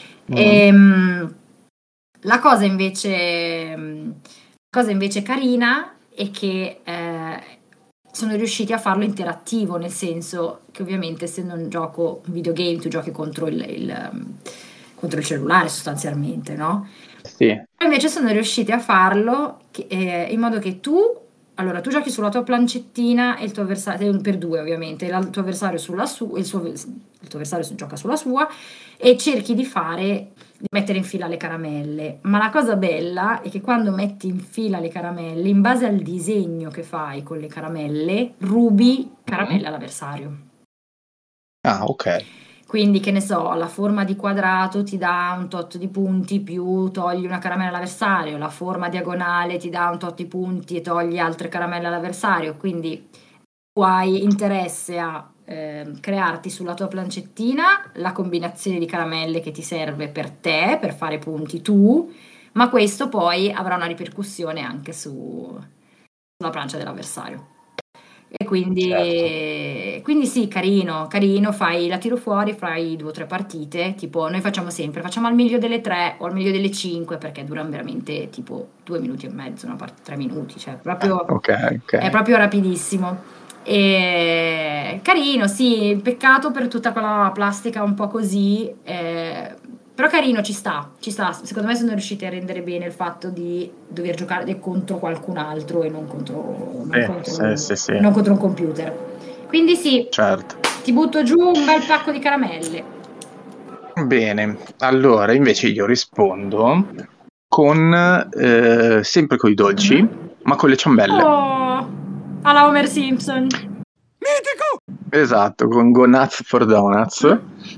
La cosa invece carina è che sono riusciti a farlo interattivo, nel senso che ovviamente essendo un gioco, un videogame, tu giochi contro contro il cellulare sostanzialmente, no? Sì. Invece sono riusciti a farlo in modo che allora tu giochi sulla tua plancettina e il tuo avversario, per due ovviamente, il tuo avversario il tuo avversario gioca sulla sua e cerchi di mettere in fila le caramelle. Ma la cosa bella è che quando metti in fila le caramelle, in base al disegno che fai con le caramelle, rubi caramelle all'avversario. Ah, ok. Quindi, che ne so, la forma di quadrato ti dà un tot di punti più togli una caramella all'avversario, la forma diagonale ti dà un tot di punti e togli altre caramelle all'avversario. Quindi tu hai interesse a crearti sulla tua plancettina la combinazione di caramelle che ti serve per te, per fare punti tu, ma questo poi avrà una ripercussione anche sulla plancia dell'avversario. E quindi sì, carino, la tiro fuori, fai 2 o 3 partite, tipo noi facciamo al meglio delle 3 o al meglio delle 5 perché durano veramente tipo 2 minuti e mezzo, 3 minuti, cioè proprio, Ok. è proprio rapidissimo. E carino, sì, peccato per tutta quella plastica un po' così, però carino, ci sta. Secondo me sono riusciti a rendere bene il fatto di dover giocare contro qualcun altro e non contro un computer. Quindi sì, Certo. ti butto giù un bel pacco di caramelle. Bene, allora invece io rispondo con sempre con i dolci, ma con le ciambelle. Oh, alla Homer Simpson. Esatto, con Go Nuts for Donuts.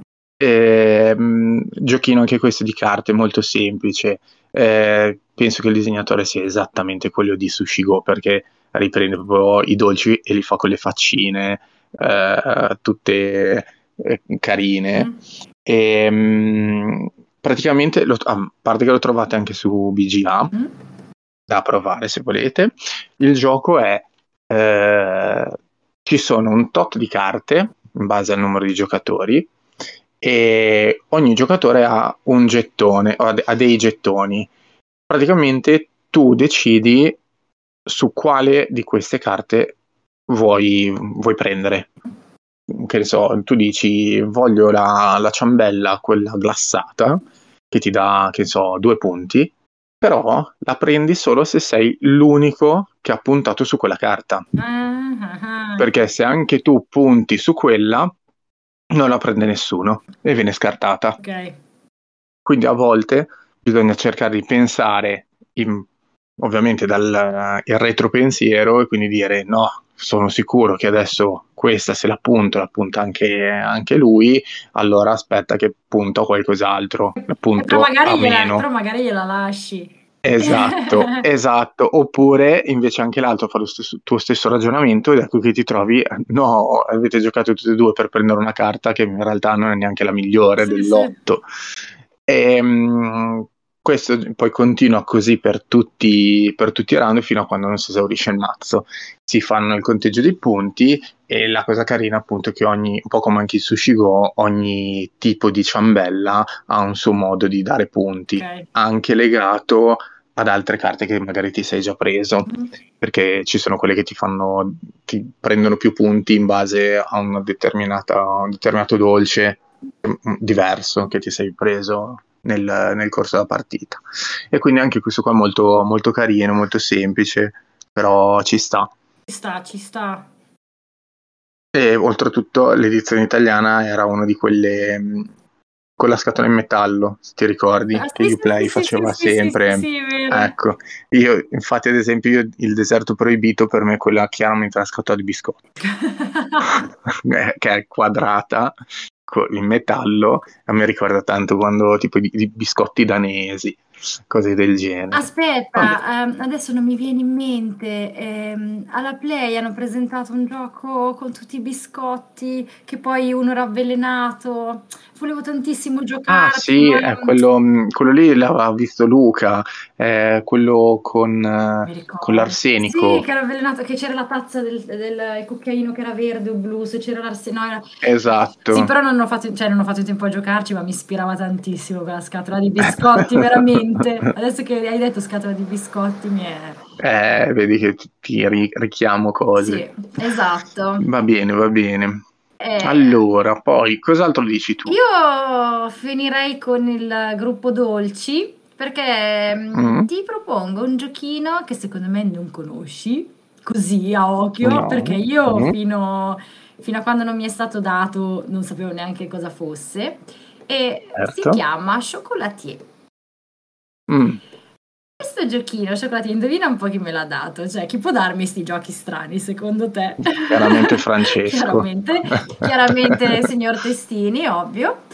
Giochino anche questo di carte molto semplice. Penso che il disegnatore sia esattamente quello di Sushi Go, perché riprende proprio i dolci e li fa con le faccine tutte carine. Praticamente, a parte che lo trovate anche su BGA, da provare se volete. Il gioco è ci sono un tot di carte in base al numero di giocatori e ogni giocatore ha un gettone, ha dei gettoni. Praticamente tu decidi su quale di queste carte vuoi prendere. Che ne so, tu dici voglio la ciambella, quella glassata, che ti dà, che so, 2 punti, però la prendi solo se sei l'unico che ha puntato su quella carta. Perché se anche tu punti su quella, non la prende nessuno e viene scartata. Ok. Quindi a volte bisogna cercare di pensare ovviamente dal il retropensiero e quindi dire no, sono sicuro che adesso questa se la punta anche lui, allora aspetta che punto a qualcos'altro, punto a meno. Però magari gliela lasci. Esatto, oppure invece anche l'altro fa tuo stesso ragionamento ed ecco che ti trovi, no, avete giocato tutti e due per prendere una carta che in realtà non è neanche la migliore del lotto. Questo poi continua così per tutti i round fino a quando non si esaurisce il mazzo. Si fanno il conteggio dei punti e la cosa carina appunto è che un po' come anche il Sushi Go, ogni tipo di ciambella ha un suo modo di dare punti, anche legato ad altre carte che magari ti sei già preso, perché ci sono quelle che ti prendono più punti in base a un determinato dolce diverso che ti sei preso nel corso della partita. E quindi anche questo qua è molto, molto carino, molto semplice, però ci sta. Ci sta. E oltretutto l'edizione italiana era una di quelle con la scatola in metallo, se ti ricordi, che Uplay faceva sempre. Sì, è vero. Ecco, io infatti ad esempio il deserto proibito per me è quella chiaramente la scatola di biscotti che è quadrata in metallo, a me ricorda tanto quando tipo i biscotti danesi, cose del genere. Aspetta, adesso non mi viene in mente. Alla Play hanno presentato un gioco con tutti i biscotti che poi uno era avvelenato. Volevo tantissimo giocarci. Sì, è quello lì l'aveva visto Luca, quello con l'arsenico. Sì, che era avvelenato, che c'era la tazza del cucchiaino che era verde o blu, se c'era l'arsenico. Esatto. Sì, però non ho fatto in tempo a giocarci, ma mi ispirava tantissimo quella scatola di biscotti, veramente. Veramente, adesso che hai detto scatola di biscotti mi è... Vedi che ti richiamo Sì, cose. esatto. Va bene, va bene. Eh, Allora, poi, cos'altro dici tu? io finirei con il gruppo dolci perché Mm? ti propongo un giochino che secondo me non conosci, così a occhio, perché No? io Mm? fino a quando non mi è stato dato non sapevo neanche cosa fosse e si Certo. chiama Chocolatier. Mm. Questo giochino, Chocolatier, indovina un po' chi me l'ha dato, cioè chi può darmi sti giochi strani secondo te? Chiaramente Francesco. Chiaramente signor Testini, ovvio.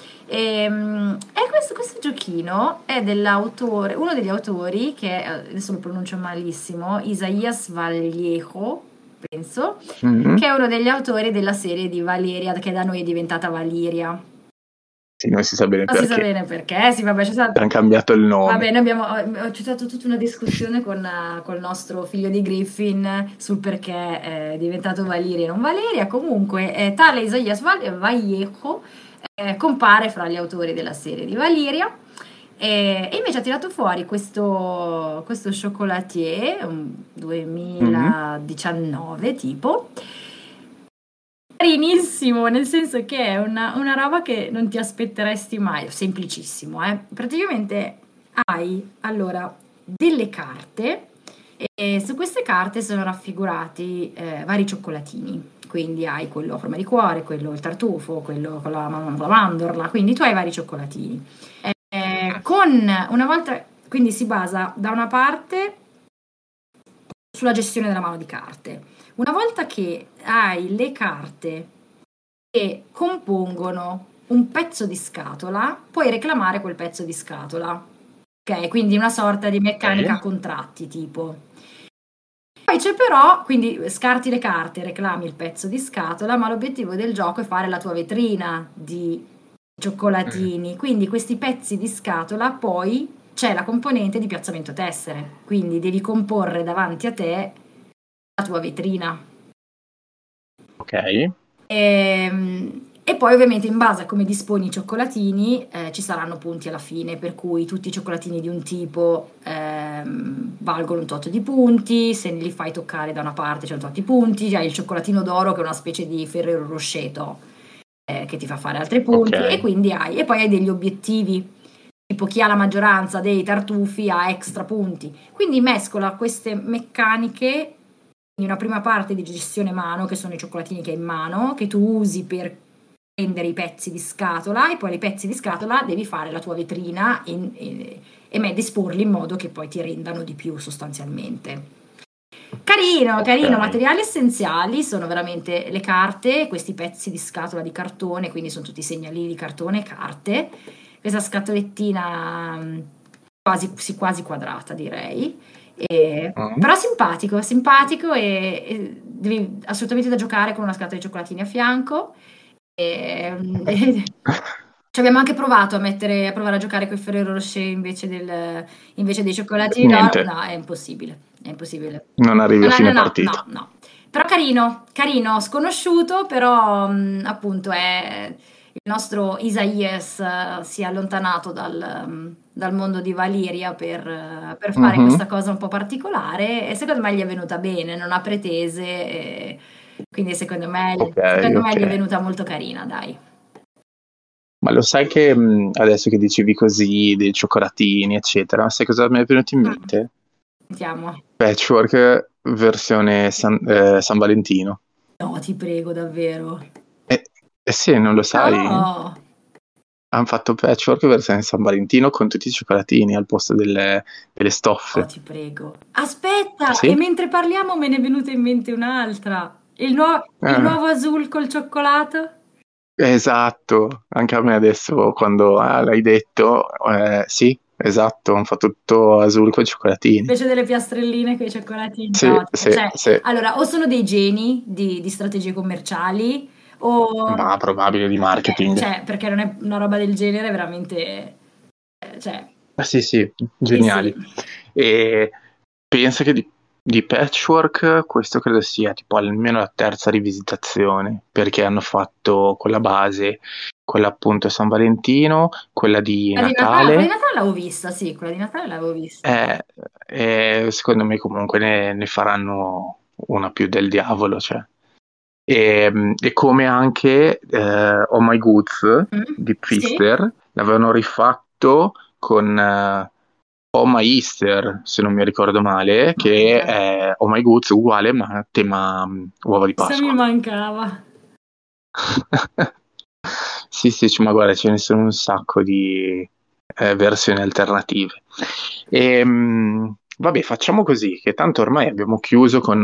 E questo giochino è dell'autore, uno degli autori, che adesso lo pronuncio malissimo, Isaías Vallejo, penso, Mm. che è uno degli autori della serie di Valeria, che da noi è diventata Valiria. Sì, non si sa bene Non si sa perché. bene perché, sì, vabbè, c'è stato... Hanno cambiato il nome. Vabbè, c'è stata tutta una discussione con col nostro figlio di Griffin sul perché è diventato Valeria e non Valeria. Comunque, tale Isaías Vallejo compare fra gli autori della serie di Valeria e invece ha tirato fuori questo Chocolatier, un Mm. 2019 tipo, carinissimo, nel senso che è una roba che non ti aspetteresti mai, semplicissimo, eh. Praticamente hai allora delle carte e su queste carte sono raffigurati vari cioccolatini. Quindi hai quello a forma di cuore, quello il tartufo, quello con la mandorla, quindi tu hai vari cioccolatini. Una volta, quindi si basa da una parte sulla gestione della mano di carte. Una volta che hai le carte che compongono un pezzo di scatola, puoi reclamare quel pezzo di scatola. Ok, quindi una sorta di meccanica a Ok. contratti, tipo. Poi c'è però, quindi scarti le carte, reclami il pezzo di scatola, ma l'obiettivo del gioco è fare la tua vetrina di Mm. cioccolatini. Quindi questi pezzi di scatola poi c'è la componente di piazzamento tessere, quindi devi comporre davanti a te la tua vetrina. Ok. E poi ovviamente in base a come disponi i cioccolatini ci saranno punti alla fine, per cui tutti i cioccolatini di un tipo valgono un tot di punti, se li fai toccare da una parte c'è un tot di punti, hai il cioccolatino d'oro che è una specie di Ferrero Rocher che ti fa fare altri Ok. punti e poi hai degli obiettivi, tipo chi ha la maggioranza dei tartufi ha extra punti. Quindi mescola queste meccaniche in una prima parte di gestione mano, che sono i cioccolatini che hai in mano, che tu usi per prendere i pezzi di scatola e poi i pezzi di scatola devi fare la tua vetrina e disporli in modo che poi ti rendano di più sostanzialmente. Carino, carino, Ok. materiali essenziali sono veramente le carte, questi pezzi di scatola di cartone, quindi sono tutti segnalini di cartone e carte, questa scatolettina quasi quadrata direi, Mm. però simpatico, simpatico e devi assolutamente da giocare con una scatola di cioccolatini a fianco. E, ci abbiamo anche provato a provare a giocare con il Ferrero Rocher invece dei cioccolatini d'oro. Niente, No, è impossibile, è impossibile. non arrivi a No, no, fine no, partita. no, no. Però carino, carino, sconosciuto, però appunto è il nostro Isaías si è allontanato dal mondo di Valiria per fare Mhm. questa cosa un po' particolare e secondo me gli è venuta bene, non ha pretese, quindi Ok, secondo me ok. gli è venuta molto carina, dai. Ma lo sai che adesso che dicevi così dei cioccolatini, eccetera, sai cosa mi è venuto in Mm, mente? sentiamo. Patchwork versione San Valentino. No, ti prego, davvero. Eh, sì, non lo sai? No, Hanno fatto Patchwork versione San Valentino con tutti i cioccolatini al posto delle no, stoffe. ti prego. Aspetta, e Sì? mentre parliamo me ne è venuta in mente un'altra. Il Ah, nuovo Azul col cioccolato? esatto, anche a me adesso quando l'hai detto, sì, esatto, hanno fatto tutto azzurro con i cioccolatini. Invece delle piastrelline con i cioccolatini. Sì, No, sì, cioè, sì, allora, o sono dei geni di strategie commerciali, o... ma probabile di marketing. cioè, perché non è una roba del genere veramente... cioè, Ah, sì, sì, sì, sì. geniali. E pensa che di Patchwork questo credo sia tipo almeno la terza rivisitazione, perché hanno fatto con la base quella appunto San Valentino, quella di Quella Natale. di Natale l'avevo vista, sì, quella di Natale l'avevo vista. Secondo me comunque ne faranno una più del diavolo, cioè. E come anche Oh My Goods di Sì. Twister l'avevano rifatto con Oh My Easter, se non mi ricordo male, che è Oh My Goods uguale ma a tema uova di Questo mi Pasqua. mancava. Sì, ma guarda, ce ne sono un sacco di versioni alternative. Vabbè, facciamo così, che tanto ormai abbiamo chiuso con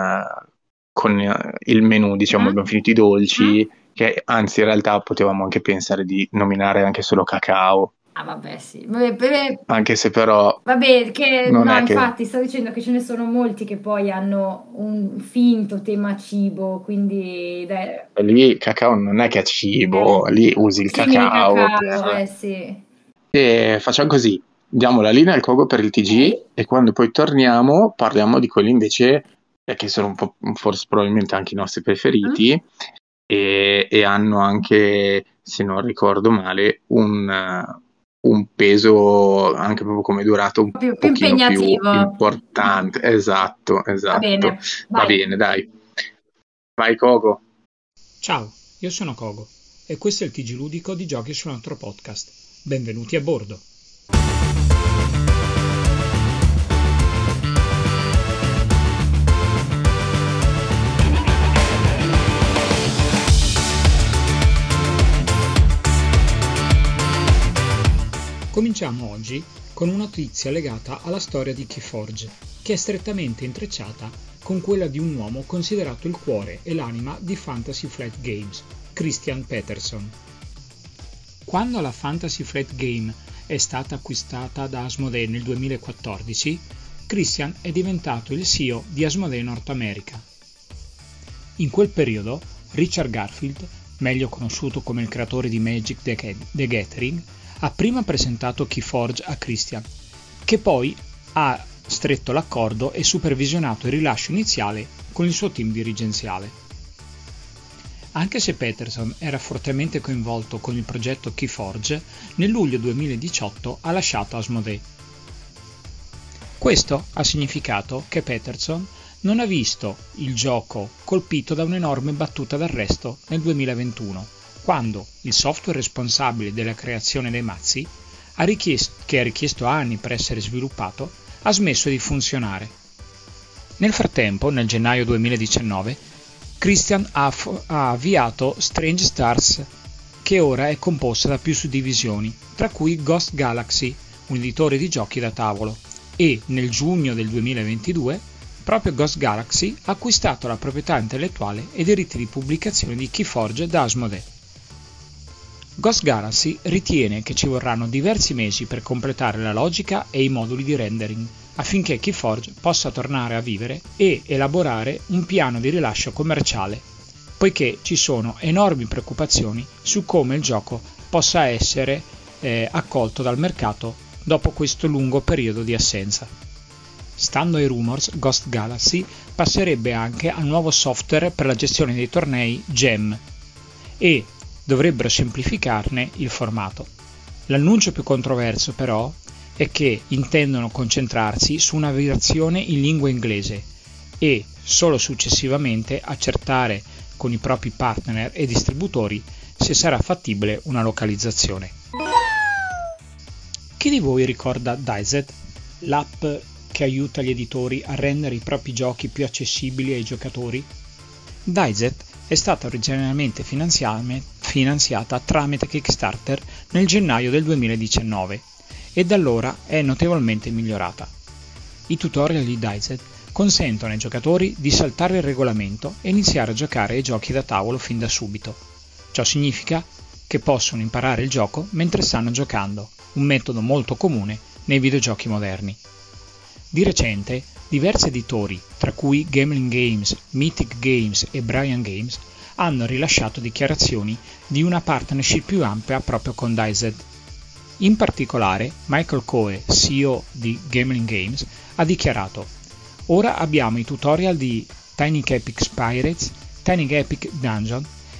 il menù, diciamo, abbiamo finito i dolci, che anzi in realtà potevamo anche pensare di nominare anche solo cacao. Ah, vabbè, sì. Vabbè, Anche se però che non no, è che infatti sto dicendo che ce ne sono molti che poi hanno un finto tema cibo, quindi lì cacao non è che è cibo, lì usi il simili cacao cacao, sì. E facciamo così, diamo la linea al Kogo per il TG Ok. e quando poi torniamo parliamo di quelli invece che sono un po' forse probabilmente anche i nostri preferiti e hanno anche, se non ricordo male, un peso anche proprio come durata un Più pochino più impegnativo. importante. Esatto. Va bene, Va vai. bene, dai. Vai Kogo. Ciao, io sono Kogo e questo è il TG ludico di Giochi su un altro podcast. Benvenuti a bordo. Cominciamo oggi con una notizia legata alla storia di Keyforge, che è strettamente intrecciata con quella di un uomo considerato il cuore e l'anima di Fantasy Flight Games, Christian Peterson. Quando la Fantasy Flight Game è stata acquistata da Asmodee nel 2014, Christian è diventato il CEO di Asmodee North America. In quel periodo, Richard Garfield, meglio conosciuto come il creatore di Magic the Gathering, ha prima presentato Keyforge a Christian, che poi ha stretto l'accordo e supervisionato il rilascio iniziale con il suo team dirigenziale. Anche se Peterson era fortemente coinvolto con il progetto Keyforge, nel luglio 2018 ha lasciato Asmodee. Questo ha significato che Peterson non ha visto il gioco colpito da un'enorme battuta d'arresto nel 2021, quando il software responsabile della creazione dei mazzi, che ha richiesto anni per essere sviluppato, ha smesso di funzionare. Nel frattempo, nel gennaio 2019, Christian ha avviato Strange Stars, che ora è composta da più suddivisioni, tra cui Ghost Galaxy, un editore di giochi da tavolo, e nel giugno del 2022 proprio Ghost Galaxy ha acquistato la proprietà intellettuale e i diritti di pubblicazione di Keyforge da Asmodee. Ghost Galaxy ritiene che ci vorranno diversi mesi per completare la logica e i moduli di rendering, affinché Keyforge possa tornare a vivere e elaborare un piano di rilascio commerciale, poiché ci sono enormi preoccupazioni su come il gioco possa essere accolto dal mercato dopo questo lungo periodo di assenza. Stando ai rumors, Ghost Galaxy passerebbe anche al nuovo software per la gestione dei tornei GEM e dovrebbero semplificarne il formato. L'annuncio più controverso però è che intendono concentrarsi su una versione in lingua inglese e solo successivamente accertare con i propri partner e distributori se sarà fattibile una localizzazione. Chi di voi ricorda Dazed, l'app che aiuta gli editori a rendere i propri giochi più accessibili ai giocatori? Dazed è stata originariamente finanziata tramite Kickstarter nel gennaio del 2019 e da allora è notevolmente migliorata. I tutorial di Dazed consentono ai giocatori di saltare il regolamento e iniziare a giocare ai giochi da tavolo fin da subito. Ciò significa che possono imparare il gioco mentre stanno giocando, un metodo molto comune nei videogiochi moderni. Di recente, diversi editori, tra cui Gameling Games, Mythic Games e Brian Games, hanno rilasciato dichiarazioni di una partnership più ampia proprio con Dazed. In particolare, Michael Coe, CEO di Gameling Games, ha dichiarato: "Ora abbiamo i tutorial di Tiny Epic Pirates, Tiny Epic Dungeon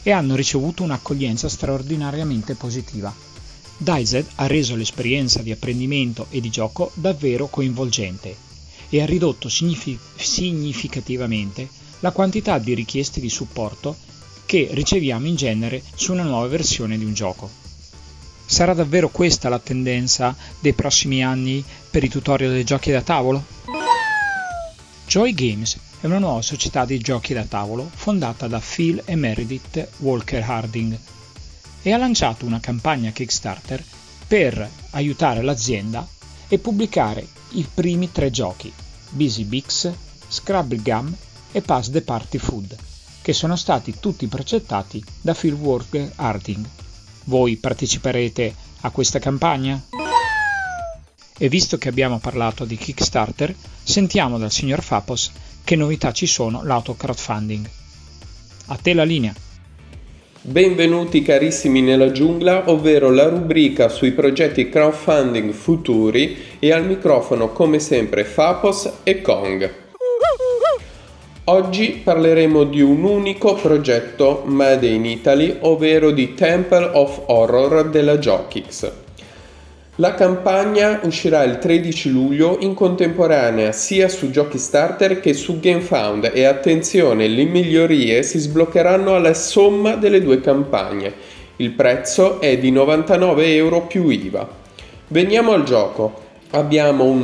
e hanno ricevuto un'accoglienza straordinariamente positiva. Dazed ha reso l'esperienza di apprendimento e di gioco davvero coinvolgente e ha ridotto significativamente la quantità di richieste di supporto che riceviamo in genere su una nuova versione di un gioco. Sarà davvero questa la tendenza dei prossimi anni per i tutorial dei giochi da tavolo? Joy Games è una nuova società di giochi da tavolo fondata da Phil e Meredith Walker Harding e ha lanciato una campagna Kickstarter per aiutare l'azienda e pubblicare i primi 3 giochi, Busy Bix, Scrabble Gum e Pass the Party Food, che sono stati tutti progettati da Phil Walker Harding. Voi parteciperete a questa campagna? E visto che abbiamo parlato di Kickstarter, sentiamo dal signor Fapos che novità ci sono lato crowdfunding. A te la linea. Benvenuti carissimi nella giungla, ovvero la rubrica sui progetti crowdfunding futuri, e al microfono come sempre Fapos e Kong. Oggi parleremo di un unico progetto made in Italy, ovvero di Temple of Horror della Jockix. La campagna uscirà il 13 luglio in contemporanea sia su Kickstarter che su GameFound e attenzione, le migliorie si sbloccheranno alla somma delle 2 campagne. Il prezzo è di 99 euro più IVA. Veniamo al gioco. Abbiamo un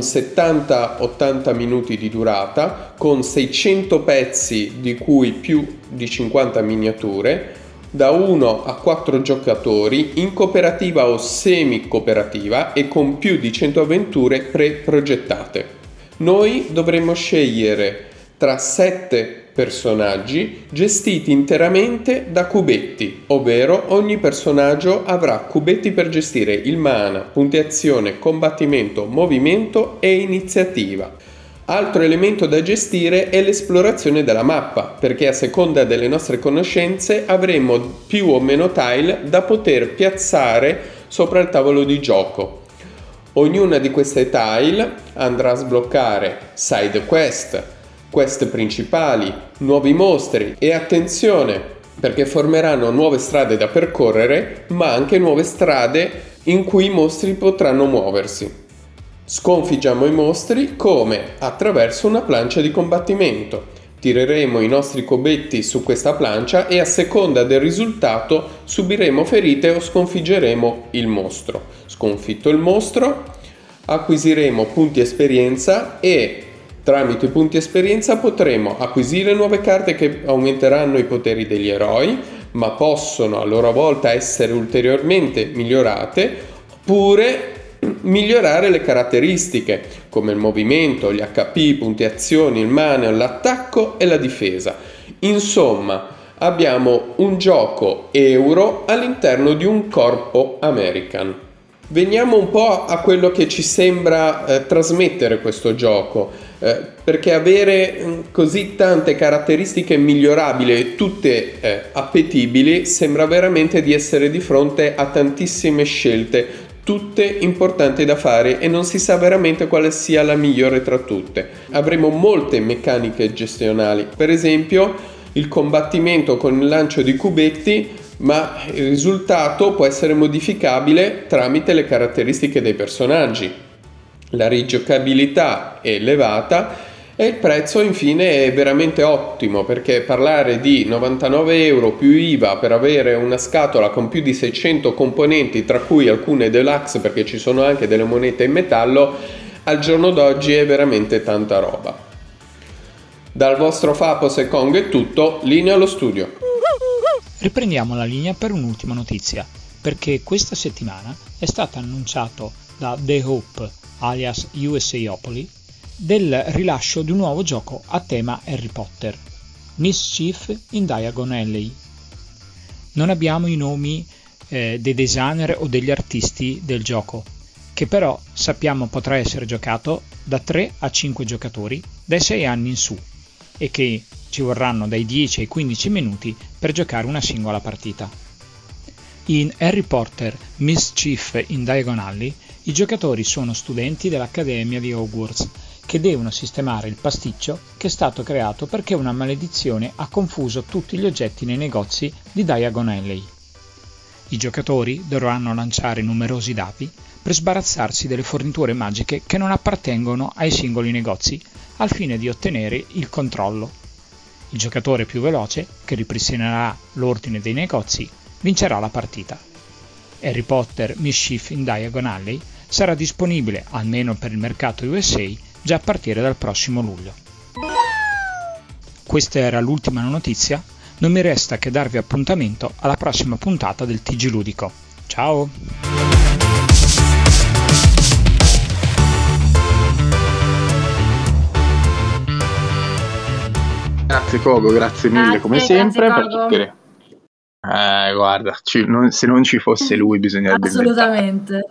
70-80 minuti di durata con 600 pezzi di cui più di 50 miniature, da 1 a 4 giocatori, in cooperativa o semi-cooperativa e con più di 100 avventure pre-progettate. Noi dovremo scegliere tra 7 personaggi gestiti interamente da cubetti, ovvero ogni personaggio avrà cubetti per gestire il mana, punti azione, combattimento, movimento e iniziativa. Altro elemento da gestire è l'esplorazione della mappa, perché a seconda delle nostre conoscenze avremo più o meno tile da poter piazzare sopra il tavolo di gioco. Ognuna di queste tile andrà a sbloccare side quest, quest principali, nuovi mostri e attenzione, perché formeranno nuove strade da percorrere, ma anche nuove strade in cui i mostri potranno muoversi. Sconfiggiamo i mostri come? Attraverso una plancia di combattimento. Tireremo i nostri cubetti su questa plancia e a seconda del risultato subiremo ferite o sconfiggeremo il mostro. Sconfitto il mostro, acquisiremo punti esperienza e tramite i punti esperienza potremo acquisire nuove carte che aumenteranno i poteri degli eroi, ma possono a loro volta essere ulteriormente migliorate, oppure migliorare le caratteristiche come il movimento, gli HP, i punti azioni, il mana, l'attacco e la difesa. Insomma, abbiamo un gioco euro all'interno di un corpo American. Veniamo un po' a quello che ci sembra trasmettere questo gioco, perché avere così tante caratteristiche migliorabili e tutte appetibili sembra veramente di essere di fronte a tantissime scelte, tutte importanti da fare, e non si sa veramente quale sia la migliore tra tutte. Avremo molte meccaniche gestionali, per esempio il combattimento con il lancio di cubetti, ma il risultato può essere modificabile tramite le caratteristiche dei personaggi. La rigiocabilità è elevata e il prezzo infine è veramente ottimo, perché parlare di 99 euro più IVA per avere una scatola con più di 600 componenti, tra cui alcune deluxe perché ci sono anche delle monete in metallo, al giorno d'oggi è veramente tanta roba. Dal vostro Fapos e Kong è tutto, linea allo studio. Riprendiamo la linea per un'ultima notizia, perché questa settimana è stato annunciato da The Hope, alias USAopoli, del rilascio di un nuovo gioco a tema Harry Potter, Mischief in Diagon Alley. Non abbiamo i nomi dei designer o degli artisti del gioco, che però sappiamo potrà essere giocato da 3 a 5 giocatori dai 6 anni in su, e che ci vorranno dai 10 ai 15 minuti per giocare una singola partita. In Harry Potter Mischief in Diagon Alley i giocatori sono studenti dell'Accademia di Hogwarts, che devono sistemare il pasticcio che è stato creato perché una maledizione ha confuso tutti gli oggetti nei negozi di Diagon Alley. I giocatori dovranno lanciare numerosi dadi per sbarazzarsi delle forniture magiche che non appartengono ai singoli negozi, al fine di ottenere il controllo. Il giocatore più veloce, che ripristinerà l'ordine dei negozi, vincerà la partita. Harry Potter Mischief in Diagon Alley sarà disponibile, almeno per il mercato USA, già a partire dal prossimo luglio. Questa era l'ultima notizia, non mi resta che darvi appuntamento alla prossima puntata del TG Ludico. Ciao! Grazie Cogo, grazie mille come sempre per Cogo. tutte le... guarda, se non ci fosse lui bisognerebbe assolutamente.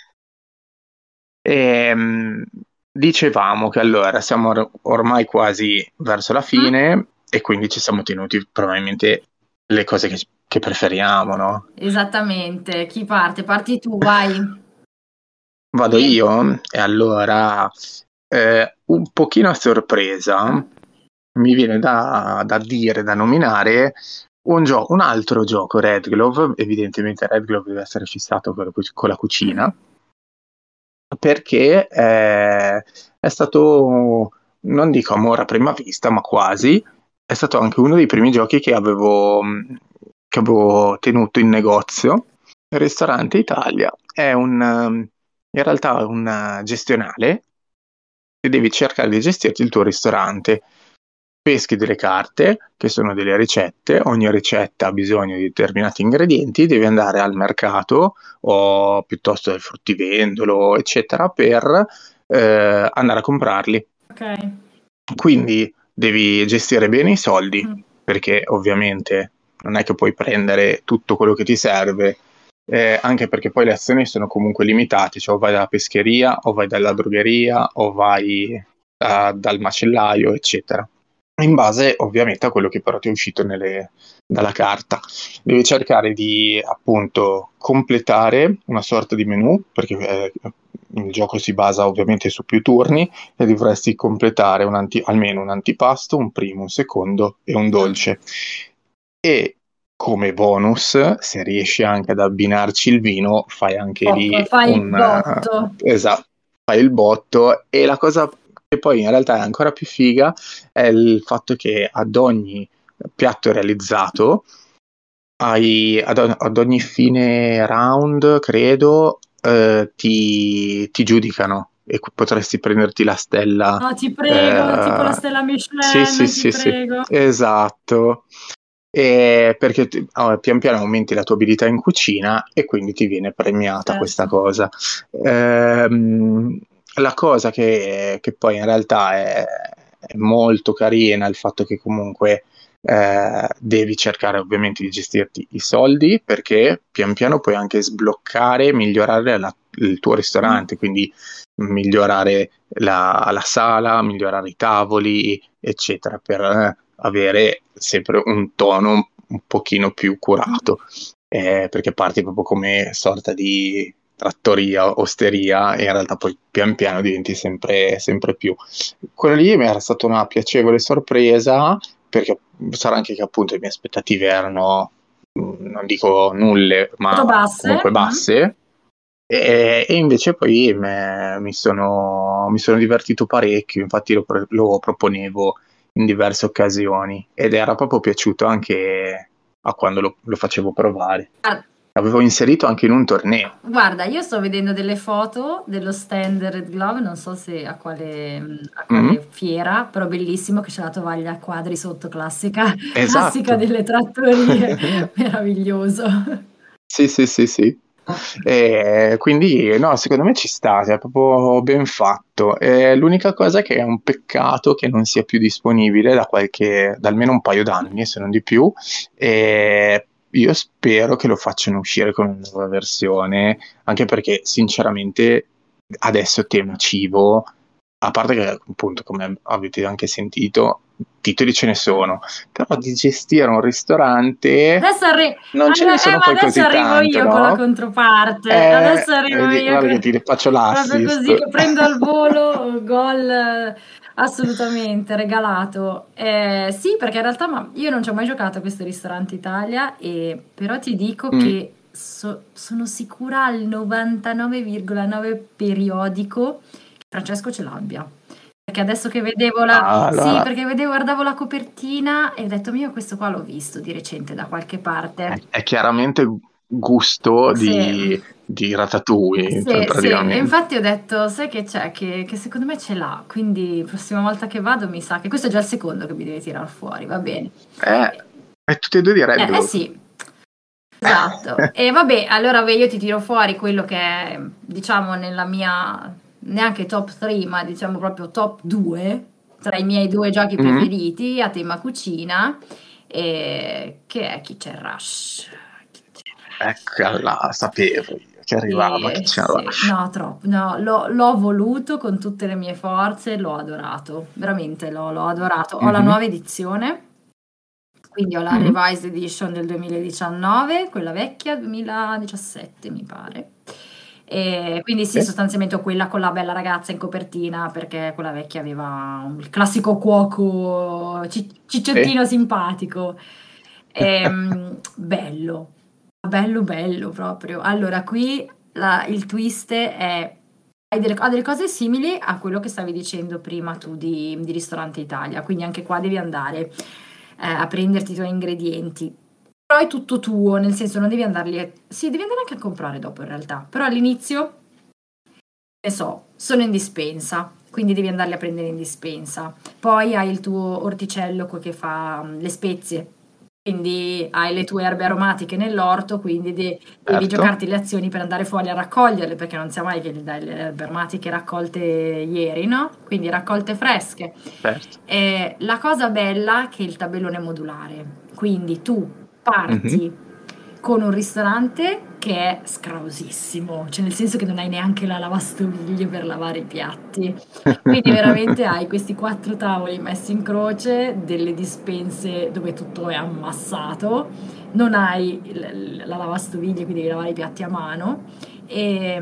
Dicevamo che allora siamo ormai quasi verso la fine e quindi ci siamo tenuti probabilmente le cose che preferiamo, no? Esattamente, chi parte? Parti tu, vai. Vado io? E allora, un pochino a sorpresa, mi viene da nominare un altro gioco Red Glove. Evidentemente Red Glove deve essere fissato con la cucina, perché è stato, non dico amore a prima vista, ma quasi. È stato anche uno dei primi giochi che avevo tenuto in negozio. Il ristorante Italia è in realtà un gestionale e devi cercare di gestirti il tuo ristorante. Peschi delle carte, che sono delle ricette, ogni ricetta ha bisogno di determinati ingredienti, devi andare al mercato o piuttosto al fruttivendolo, eccetera, per andare a comprarli. Ok. Quindi devi gestire bene i soldi, perché ovviamente non è che puoi prendere tutto quello che ti serve, anche perché poi le azioni sono comunque limitate, cioè o vai dalla pescheria, o vai dalla drogheria, o vai dal macellaio, eccetera. In base ovviamente a quello che però ti è uscito dalla carta. Devi cercare di appunto completare una sorta di menù, perché il gioco si basa ovviamente su più turni e dovresti completare almeno un antipasto, un primo, un secondo e un dolce. E come bonus, se riesci anche ad abbinarci il vino, fai anche lì il botto. Esatto, fai il botto. E la cosa che poi in realtà è ancora più figa è il fatto che ad ogni piatto realizzato ad ogni fine round, credo, ti giudicano e potresti prenderti la stella. No, ti prego, tipo la stella Michelin, sì, prego. Sì, esatto. Perché pian piano aumenti la tua abilità in cucina e quindi ti viene premiata questa cosa. La cosa che poi in realtà è molto carina è il fatto che comunque devi cercare ovviamente di gestirti i soldi, perché pian piano puoi anche sbloccare, migliorare il tuo ristorante, quindi migliorare la sala, migliorare i tavoli, eccetera, per avere sempre un tono un pochino più curato, perché parti proprio come sorta di trattoria, osteria, e in realtà poi pian piano diventi sempre più. Quello lì mi era stata una piacevole sorpresa, perché sarà anche che appunto le mie aspettative erano, non dico nulle, ma comunque basse. E invece poi mi sono divertito parecchio, infatti lo proponevo in diverse occasioni ed era proprio piaciuto anche a quando lo facevo provare. L'avevo inserito anche in un torneo. Guarda, io sto vedendo delle foto dello stand Red Glove, non so se a quale fiera, però bellissimo, che c'è la tovaglia a quadri sotto, classica delle trattorie, meraviglioso. Sì. Quindi no, secondo me ci sta, è proprio ben fatto. L'unica cosa che è un peccato che non sia più disponibile da almeno un paio d'anni, se non di più. Io spero che lo facciano uscire con una nuova versione, anche perché sinceramente adesso tema cibo a parte che appunto, come avete anche sentito, titoli ce ne sono, però di gestire un ristorante Adesso, non ce ne sono poi così arrivo tanto, io con la no? controparte. Adesso arrivo Vedi, io guarda che ti faccio proprio l'assist. così che prendo al volo gol assolutamente regalato. Sì, perché in realtà io non ci ho mai giocato a questo ristorante Italia, però ti dico che sono sicura al 99,9 periodico che Francesco ce l'abbia. Perché adesso che vedevo allora, perché guardavo la copertina e ho detto, mio, questo qua l'ho visto di recente da qualche parte. è chiaramente gusto Sì, di Ratatouille, sì, sì. E praticamente. infatti ho detto, sai che c'è? Che secondo me ce l'ha, quindi prossima volta che vado mi sa che questo è già il secondo che mi deve tirare fuori, va bene. E tutti e due di Red Bull. Sì, esatto. E vabbè, allora io ti tiro fuori quello che è, diciamo, nella mia, neanche top 3, ma diciamo proprio top 2, tra i miei 2 giochi preferiti a tema cucina, che è Kitchen Rush. Eccola, sapevo io che arrivava Kitchen Sì, Rush. no, troppo, no, l'ho voluto con tutte le mie forze, l'ho adorato, veramente l'ho adorato. Ho la nuova edizione, quindi ho la Revised Edition del 2019, quella vecchia 2017 mi pare. E quindi sì, sostanzialmente ho quella con la bella ragazza in copertina, perché quella vecchia aveva il classico cuoco cicciottino simpatico. Bello, bello proprio. Allora, qui il twist è ha delle cose simili a quello che stavi dicendo prima tu di Ristorante Italia, quindi anche qua devi andare a prenderti i tuoi ingredienti. Però è tutto tuo, nel senso non devi andarli. Sì, devi andare anche a comprare dopo in realtà, però all'inizio, ne so, sono in dispensa, quindi devi andarli a prendere in dispensa. Poi hai il tuo orticello che fa le spezie, quindi hai le tue erbe aromatiche nell'orto, quindi devi giocarti le azioni per andare fuori a raccoglierle, perché non sia mai che gli dai le erbe aromatiche raccolte ieri, no? Quindi raccolte fresche. Certo. La cosa bella è che il tabellone è modulare, quindi tu parti con un ristorante che è scrausissimo, cioè nel senso che non hai neanche la lavastoviglie per lavare i piatti, quindi veramente hai questi 4 tavoli messi in croce, delle dispense dove tutto è ammassato, non hai la lavastoviglie, quindi devi lavare i piatti a mano e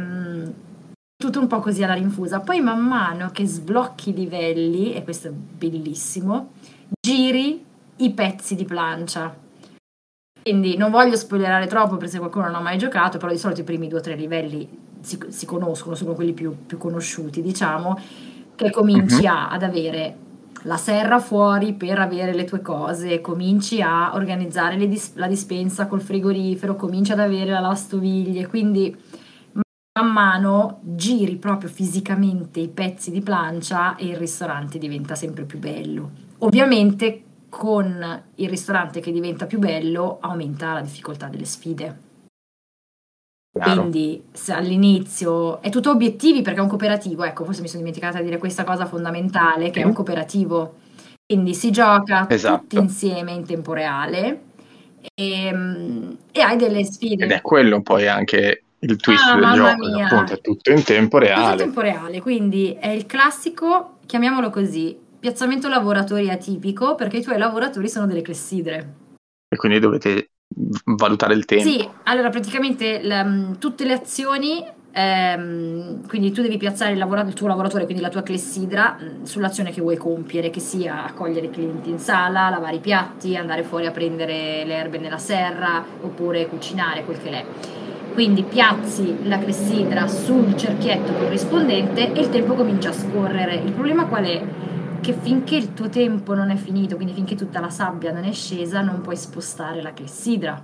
tutto un po' così alla rinfusa. Poi man mano che sblocchi i livelli, e questo è bellissimo, giri i pezzi di plancia. Quindi non voglio spoilerare troppo perché se qualcuno non ha mai giocato, però di solito i primi 2 o 3 livelli si conoscono, sono quelli più conosciuti, diciamo, che cominci ad avere la serra fuori per avere le tue cose, cominci a organizzare la dispensa col frigorifero, cominci ad avere la lavastoviglie, quindi man mano giri proprio fisicamente i pezzi di plancia e il ristorante diventa sempre più bello. Ovviamente con il ristorante che diventa più bello aumenta la difficoltà delle sfide. Chiaro. Quindi se all'inizio è tutto obiettivi perché è un cooperativo, ecco, forse mi sono dimenticata di dire questa cosa fondamentale, che è un cooperativo. Quindi si gioca tutti insieme in tempo reale e hai delle sfide. Ed è quello poi anche il twist del mamma gioco, mia. appunto, è tutto in tempo Tutto in reale. tempo reale, quindi è il classico, chiamiamolo così, piazzamento lavoratori atipico, perché i tuoi lavoratori sono delle clessidre. E quindi dovete valutare il tempo. Sì, allora praticamente tutte le azioni, quindi tu devi piazzare il tuo lavoratore, quindi la tua clessidra, sull'azione che vuoi compiere, che sia accogliere i clienti in sala, lavare i piatti, andare fuori a prendere le erbe nella serra, oppure cucinare, quel che l'è. Quindi piazzi la clessidra sul cerchietto corrispondente e il tempo comincia a scorrere. Il problema qual è? Che finché il tuo tempo non è finito, quindi finché tutta la sabbia non è scesa, non puoi spostare la clessidra.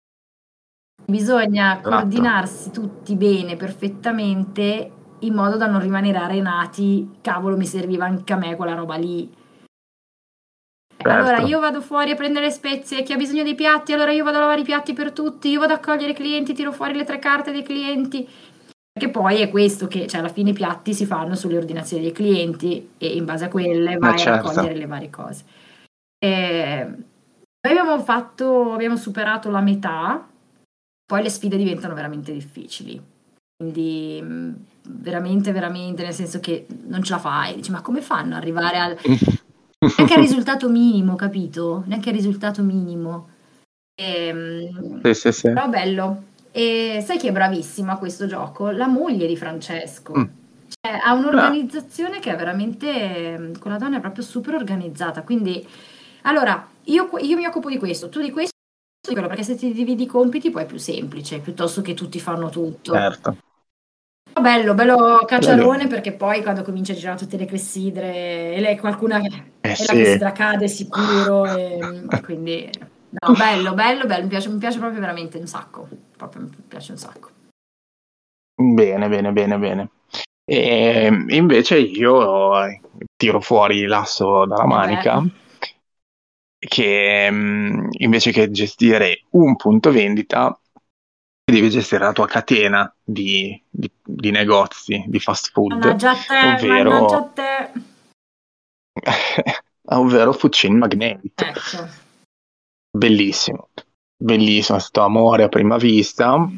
Bisogna coordinarsi tutti bene, perfettamente, in modo da non rimanere arenati. Cavolo, mi serviva anche a me quella roba lì. Allora io vado fuori a prendere le spezie, chi ha bisogno dei piatti, allora io vado a lavare i piatti per tutti, io vado a accogliere i clienti, tiro fuori le 3 carte dei clienti. Perché poi è questo che, cioè alla fine i piatti si fanno sulle ordinazioni dei clienti e in base a quelle vai a raccogliere le varie cose. Noi abbiamo superato la metà, poi le sfide diventano veramente difficili. quindi veramente, veramente, nel senso che non ce la fai, dici ma come fanno ad arrivare neanche al risultato minimo, capito? Neanche al risultato minimo. Sì. Però bello. E sai chi è bravissima a questo gioco? La moglie di Francesco. Cioè, ha un'organizzazione che è veramente, quella donna è proprio super organizzata, quindi allora io mi occupo di questo, tu di questo, di quello, perché se ti dividi i compiti poi è più semplice, piuttosto che tutti fanno tutto. Certo. Bello cacciarone, perché poi quando comincia a girare tutte le clessidre e lei qualcuna e la clessidra cade sicuro, e quindi no, bello, mi piace proprio veramente un sacco, proprio mi piace un sacco. Bene. E invece io tiro fuori l'asso dalla manica, che invece che gestire un punto vendita devi gestire la tua catena di negozi di fast food, Mannaggia te. ovvero Fucine Magnet. Ecco. Bellissimo, è stato amore a prima vista.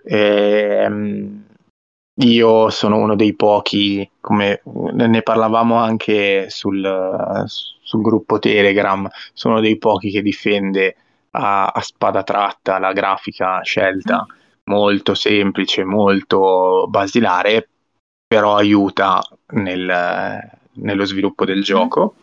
Io sono uno dei pochi, come ne parlavamo anche sul gruppo Telegram, sono dei pochi che difende a spada tratta la grafica scelta, molto semplice, molto basilare, però aiuta nello sviluppo del gioco.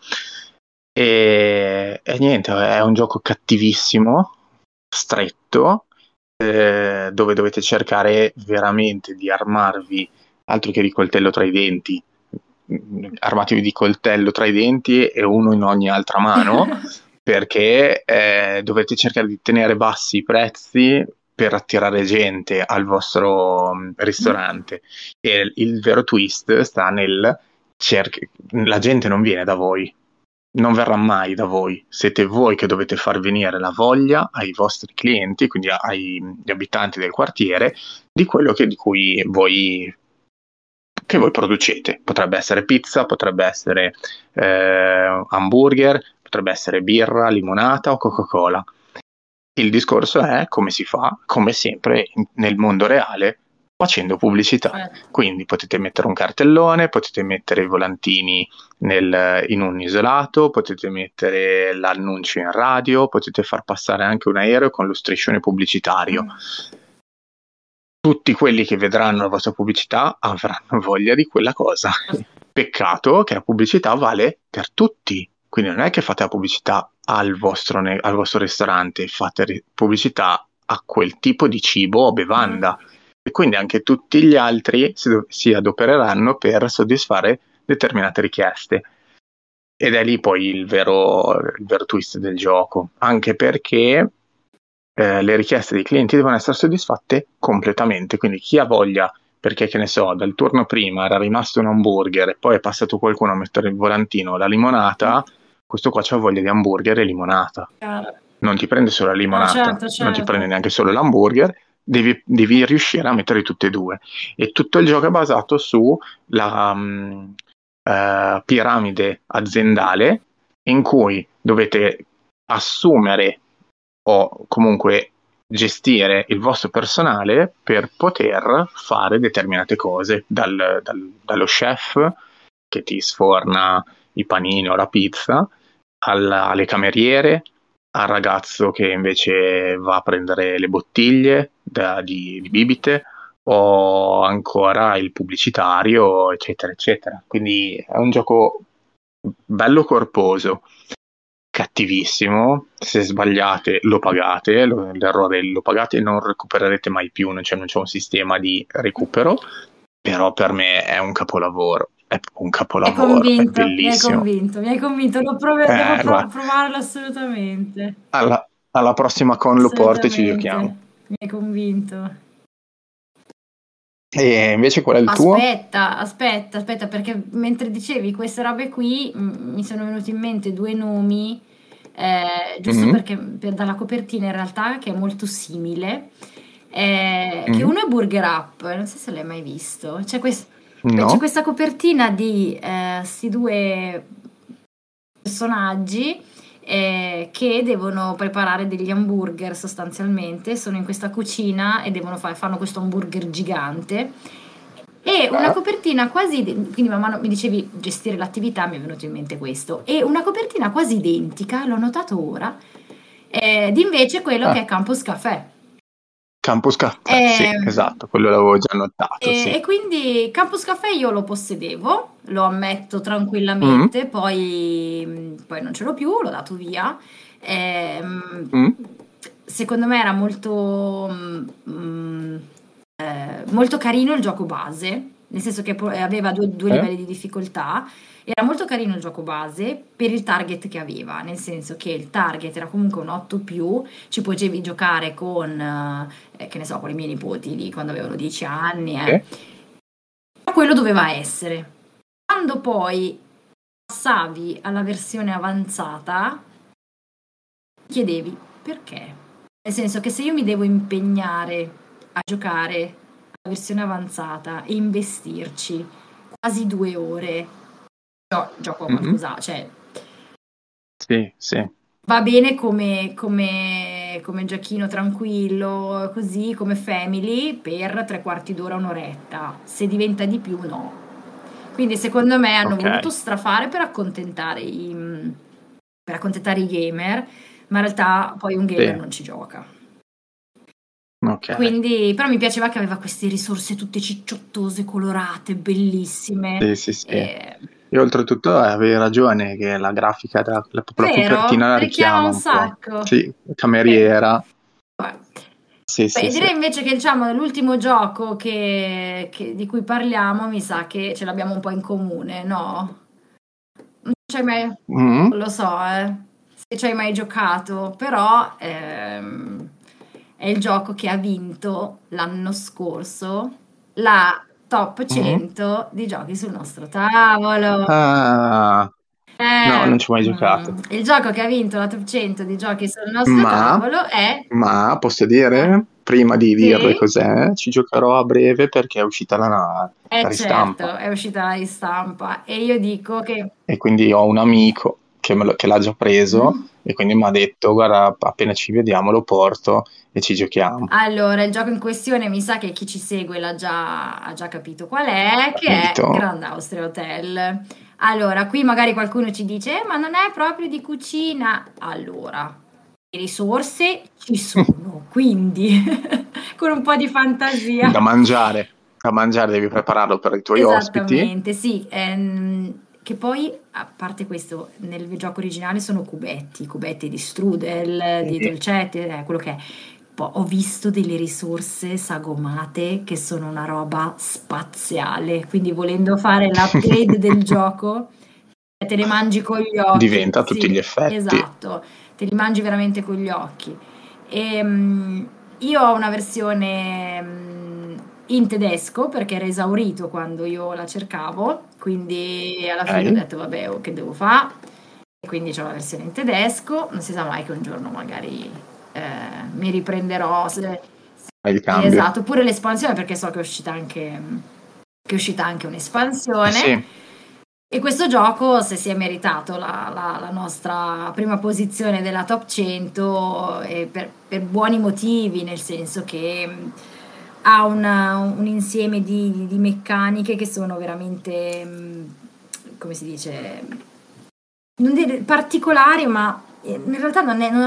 E niente, è un gioco cattivissimo, stretto, dove dovete cercare veramente di armarvi, altro che di coltello tra i denti, armatevi di coltello tra i denti e uno in ogni altra mano, perché dovete cercare di tenere bassi i prezzi per attirare gente al vostro ristorante. E il vero twist sta nel la gente non viene da voi, non verrà mai da voi, siete voi che dovete far venire la voglia ai vostri clienti, quindi agli abitanti del quartiere, di quello che voi producete. Potrebbe essere pizza, potrebbe essere hamburger, potrebbe essere birra, limonata o Coca-Cola. Il discorso è come si fa, come sempre nel mondo reale, facendo pubblicità. Quindi potete mettere un cartellone, potete mettere i volantini in un isolato, potete mettere l'annuncio in radio, potete far passare anche un aereo con lo striscione pubblicitario. Tutti quelli che vedranno la vostra pubblicità avranno voglia di quella cosa. Peccato che la pubblicità vale per tutti. Quindi non è che fate la pubblicità al vostro ristorante, fate pubblicità a quel tipo di cibo o bevanda. E quindi anche tutti gli altri si adopereranno per soddisfare determinate richieste. Ed è lì poi il vero twist del gioco. Anche perché le richieste dei clienti devono essere soddisfatte completamente. Quindi chi ha voglia, perché che ne so, dal turno prima era rimasto un hamburger e poi è passato qualcuno a mettere il volantino la limonata, questo qua c'ha voglia di hamburger e limonata. Non ti prende solo la limonata, certo. non ti prende neanche solo l'hamburger, devi riuscire a mettere tutte e due. E tutto il gioco è basato sulla piramide aziendale, in cui dovete assumere o comunque gestire il vostro personale per poter fare determinate cose, dallo chef che ti sforna i panini o la pizza, alle cameriere, al ragazzo che invece va a prendere le bottiglie di bibite, o ancora il pubblicitario, eccetera eccetera. Quindi è un gioco bello corposo, cattivissimo. Se sbagliate lo pagate, l'errore lo pagate e non recupererete mai più, non c'è un sistema di recupero, però per me è un capolavoro. È un capolavoro, è bellissimo. Mi hai convinto, devo provarlo assolutamente. Alla prossima con lo porto e ci giochiamo. Mi hai convinto. E invece qual è il tuo? Aspetta, perché mentre dicevi queste robe qui mi sono venuti in mente due nomi, giusto perché dalla copertina in realtà, che è molto simile, che uno è Burger Up, non so se l'hai mai visto, c'è questa copertina di sti due personaggi che devono preparare degli hamburger sostanzialmente, sono in questa cucina e fanno questo hamburger gigante. E una copertina quasi, quindi man mano mi dicevi gestire l'attività, mi è venuto in mente questo, e una copertina quasi identica, l'ho notato ora, di invece quello che è Campus Café. Campus Café, sì, esatto, quello l'avevo già notato, sì. E quindi Campus Café io lo possedevo, lo ammetto tranquillamente, poi non ce l'ho più, l'ho dato via. Secondo me era molto molto carino il gioco base, nel senso che aveva due livelli di difficoltà. Era molto carino il gioco base per il target che aveva, nel senso che il target era comunque un 8+, ci potevi giocare con, che ne so, con i miei nipoti lì quando avevano 10 anni. Quello doveva essere. Quando poi passavi alla versione avanzata, chiedevi perché. Nel senso che se io mi devo impegnare a giocare alla versione avanzata e investirci quasi 2 ore, gioco a qualcosa, cioè sì. Va bene come giochino tranquillo, così come family per 3/4 d'ora, un'oretta. Se diventa di più, no. Quindi secondo me hanno voluto strafare per accontentare i gamer, ma in realtà poi un gamer non ci gioca. Quindi, però mi piaceva che aveva queste risorse tutte cicciottose, colorate, bellissime. Sì. E oltretutto avevi ragione che la grafica della copertina la richiama un sacco. Sì, cameriera. Sì. Direi invece che diciamo l'ultimo gioco di cui parliamo mi sa che ce l'abbiamo un po' in comune, no? Non c'hai mai... Lo so, se ci hai mai giocato, però è il gioco che ha vinto l'anno scorso la top 100 di giochi sul nostro tavolo. No, non ci ho mai giocato. Il gioco che ha vinto la top 100 di giochi sul nostro tavolo è... Ma posso dire, prima di dirle cos'è, ci giocherò a breve perché è uscita la ristampa. Certo, è uscita la ristampa e io dico che... E quindi ho un amico che l'ha già preso e quindi mi ha detto, guarda, appena ci vediamo lo porto e ci giochiamo. Allora, il gioco in questione mi sa che chi ci segue ha già capito qual è, che è Grand Austria Hotel. Allora, qui magari qualcuno ci dice, ma non è proprio di cucina. Allora, le risorse ci sono, quindi con un po' di fantasia. Da mangiare devi prepararlo per i tuoi ospiti. Esattamente, sì. Che poi, a parte questo, nel gioco originale sono cubetti di strudel, di dolcette, quello che è. Poi ho visto delle risorse sagomate che sono una roba spaziale, quindi volendo fare l'upgrade del gioco, te le mangi con gli occhi. Diventa a tutti gli effetti. Esatto, te li mangi veramente con gli occhi. Io ho una versione in tedesco perché era esaurito quando io la cercavo, quindi alla fine ho detto vabbè, che devo fare? E quindi c'ho la versione in tedesco, non si sa mai che un giorno magari mi riprenderò il cambio. Esatto, pure l'espansione perché so che è uscita anche un'espansione. Sì. E questo gioco, se si è meritato la nostra prima posizione della top 100 per buoni motivi, nel senso che ha un insieme di meccaniche che sono veramente, come si dice, non dire particolari, ma in realtà non è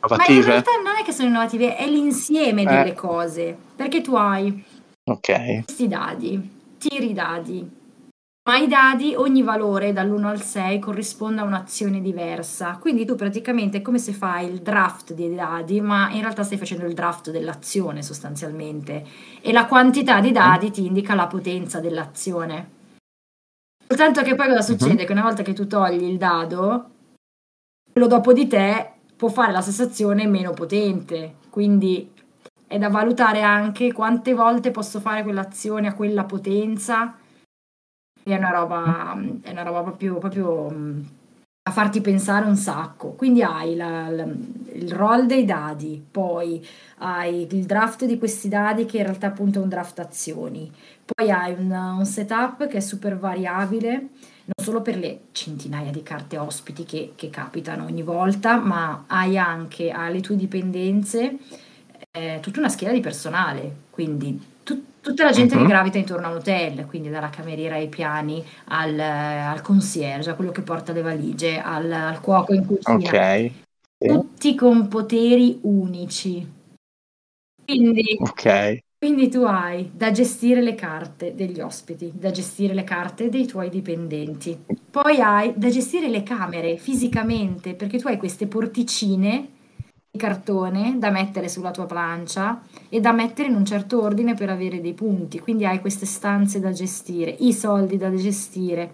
che sono innovative, è l'insieme delle cose, perché tu hai questi dadi, tiri i dadi, ma i dadi, ogni valore dall'1 al 6 corrisponde a un'azione diversa, quindi tu praticamente è come se fai il draft dei dadi, ma in realtà stai facendo il draft dell'azione sostanzialmente, e la quantità di dadi ti indica la potenza dell'azione. Soltanto che poi cosa succede? Che una volta che tu togli il dado, quello dopo di te può fare la stessa azione meno potente, quindi è da valutare anche quante volte posso fare quell'azione a quella potenza. È una roba proprio a farti pensare un sacco. Quindi hai il roll dei dadi, poi hai il draft di questi dadi che in realtà appunto è un draft azioni, poi hai un setup che è super variabile, non solo per le centinaia di carte ospiti che capitano ogni volta, ma hai anche alle tue dipendenze tutta una schiera di personale, quindi tutta la gente che Mhm. gravita intorno a un hotel, quindi dalla cameriera ai piani al concierge, a quello che porta le valigie, al cuoco in cucina, Ok. Sì. tutti con poteri unici. Quindi, Ok. quindi tu hai da gestire le carte degli ospiti, da gestire le carte dei tuoi dipendenti, poi hai da gestire le camere fisicamente, perché tu hai queste porticine di cartone da mettere sulla tua plancia e da mettere in un certo ordine per avere dei punti. Quindi hai queste stanze da gestire, i soldi da gestire.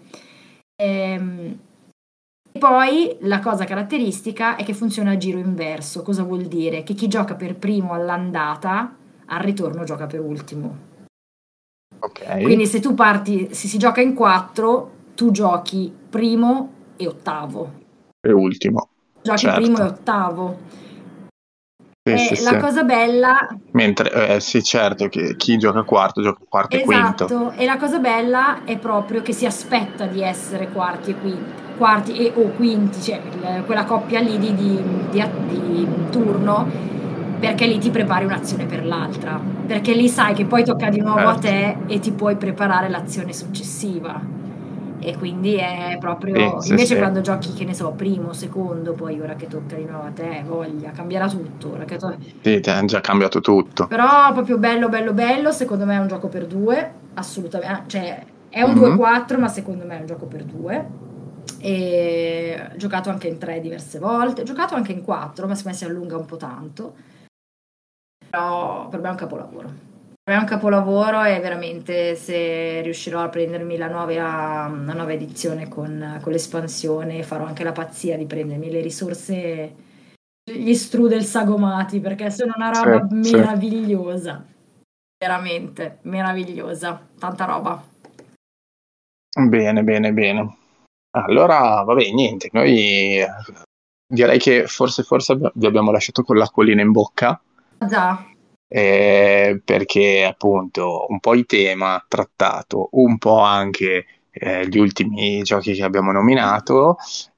E poi la cosa caratteristica è che funziona a giro inverso. Cosa vuol dire? Che chi gioca per primo all'andata, al ritorno gioca per ultimo. Ok. Quindi se tu parti, se si gioca in 4, tu giochi primo e ottavo. E ultimo. Giochi primo e Certo. ottavo. Sì, E sì, la sì. cosa bella, Mentre, sì, certo, che chi gioca quarto e quinto. esatto, e la cosa bella è proprio che si aspetta di essere quarti e o quinti, cioè quella coppia lì di turno, perché lì ti prepari un'azione per l'altra, perché lì sai che poi tocca di nuovo a Certo. te e ti puoi preparare l'azione successiva. E quindi è Sì, proprio, sì, invece sì. quando giochi, che ne so, primo, secondo, poi ora che tocca di nuovo a te, voglia, cambierà tutto. Ora che Sì, ti hanno già cambiato tutto. Però proprio bello, bello, bello, secondo me è un gioco per due, assolutamente, cioè è un Mhm. 2-4, ma secondo me è un gioco per due. E ho giocato anche in 3 diverse volte, ho giocato anche in 4, ma secondo me si allunga un po' tanto. Però per me è un capolavoro. Per me è un capolavoro e veramente se riuscirò a prendermi la nuova edizione con l'espansione, farò anche la pazzia di prendermi le risorse, gli strudel sagomati, perché sono una Sì, roba sì. meravigliosa. Veramente meravigliosa. Tanta roba. Bene, bene, bene. Allora, vabbè, niente, noi direi che forse vi abbiamo lasciato con l'acquolina in bocca, Già. perché appunto un po' il tema trattato, un po' anche gli ultimi giochi che abbiamo nominato,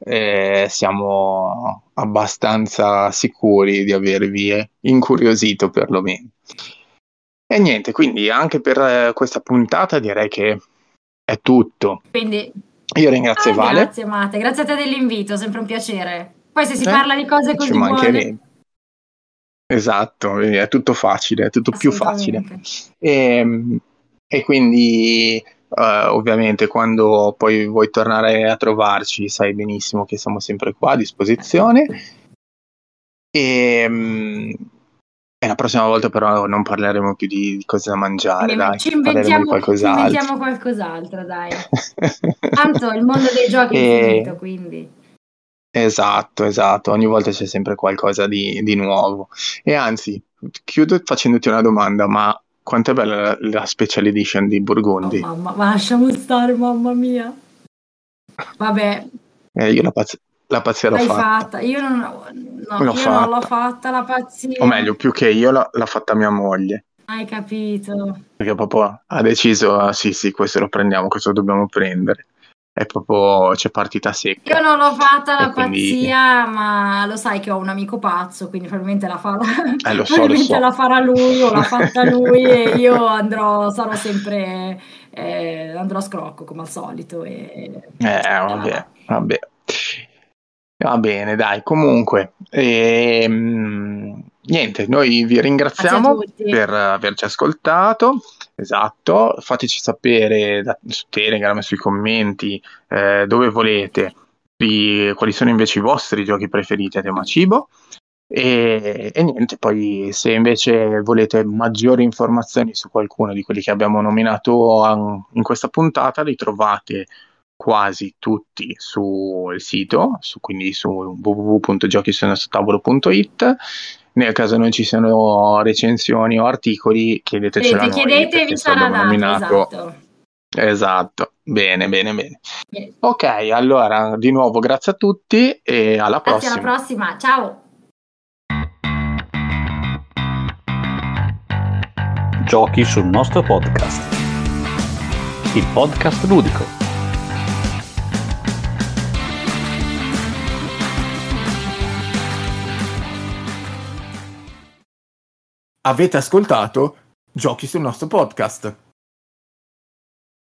siamo abbastanza sicuri di avervi incuriosito perlomeno. E niente, quindi anche per questa puntata direi che è tutto. Quindi, Io ringrazio Vale. grazie Mate, grazie a te dell'invito, sempre un piacere. Poi se si parla di cose Ci così buone, mancherebbe. Esatto, è tutto facile, è tutto più facile. assolutamente. E quindi ovviamente quando poi vuoi tornare a trovarci sai benissimo che siamo sempre qua a disposizione. E la prossima volta però non parleremo più di cose da mangiare, dai, Ci parleremo di inventiamo qualcos'altro. qualcos'altro, dai. Tanto il mondo dei giochi è infinito, E- quindi. Esatto, esatto, ogni volta c'è sempre qualcosa di nuovo. E anzi, chiudo facendoti una domanda, ma quanto è bella la Special Edition di Oh Burgundy? mamma, ma lasciamo stare, mamma mia. Vabbè, Io la pazzia l'ho l'hai fatta, fatta. No, l'ho io non l'ho fatta, fatta la o pazzia. meglio, più che io l'ha fatta mia moglie, Hai capito. perché proprio ha deciso, ah, sì, sì, questo lo prendiamo, questo lo dobbiamo prendere. È proprio, c'è partita Io secca. non l'ho fatta E la quindi, pazzia, ma lo sai che ho un amico pazzo, quindi probabilmente lo so, lo probabilmente so. la farà lui o l'ha fatta lui e io sarò sempre, andrò a scrocco come al solito. Vabbè, vabbè. Va bene, dai, comunque, niente, noi vi Grazie a ringraziamo tutti. per averci ascoltato, esatto, fateci sapere su Telegram, sui commenti, dove volete, quali sono invece i vostri giochi preferiti a tema cibo, e niente, poi se invece volete maggiori informazioni su qualcuno di quelli che abbiamo nominato in questa puntata, li trovate quasi tutti sul sito, quindi su www.giochisulnostrotavolo.it. Nel caso non ci siano recensioni o articoli, chiedetecelo a noi Chiedete, perché vi se sarà abbiamo dato, nominato. esatto. Esatto, bene, bene, bene. Ok, allora di nuovo grazie a tutti e alla Grazie, alla prossima. prossima, ciao! Giochi sul nostro podcast. Il podcast ludico. Avete ascoltato Giochi sul nostro podcast.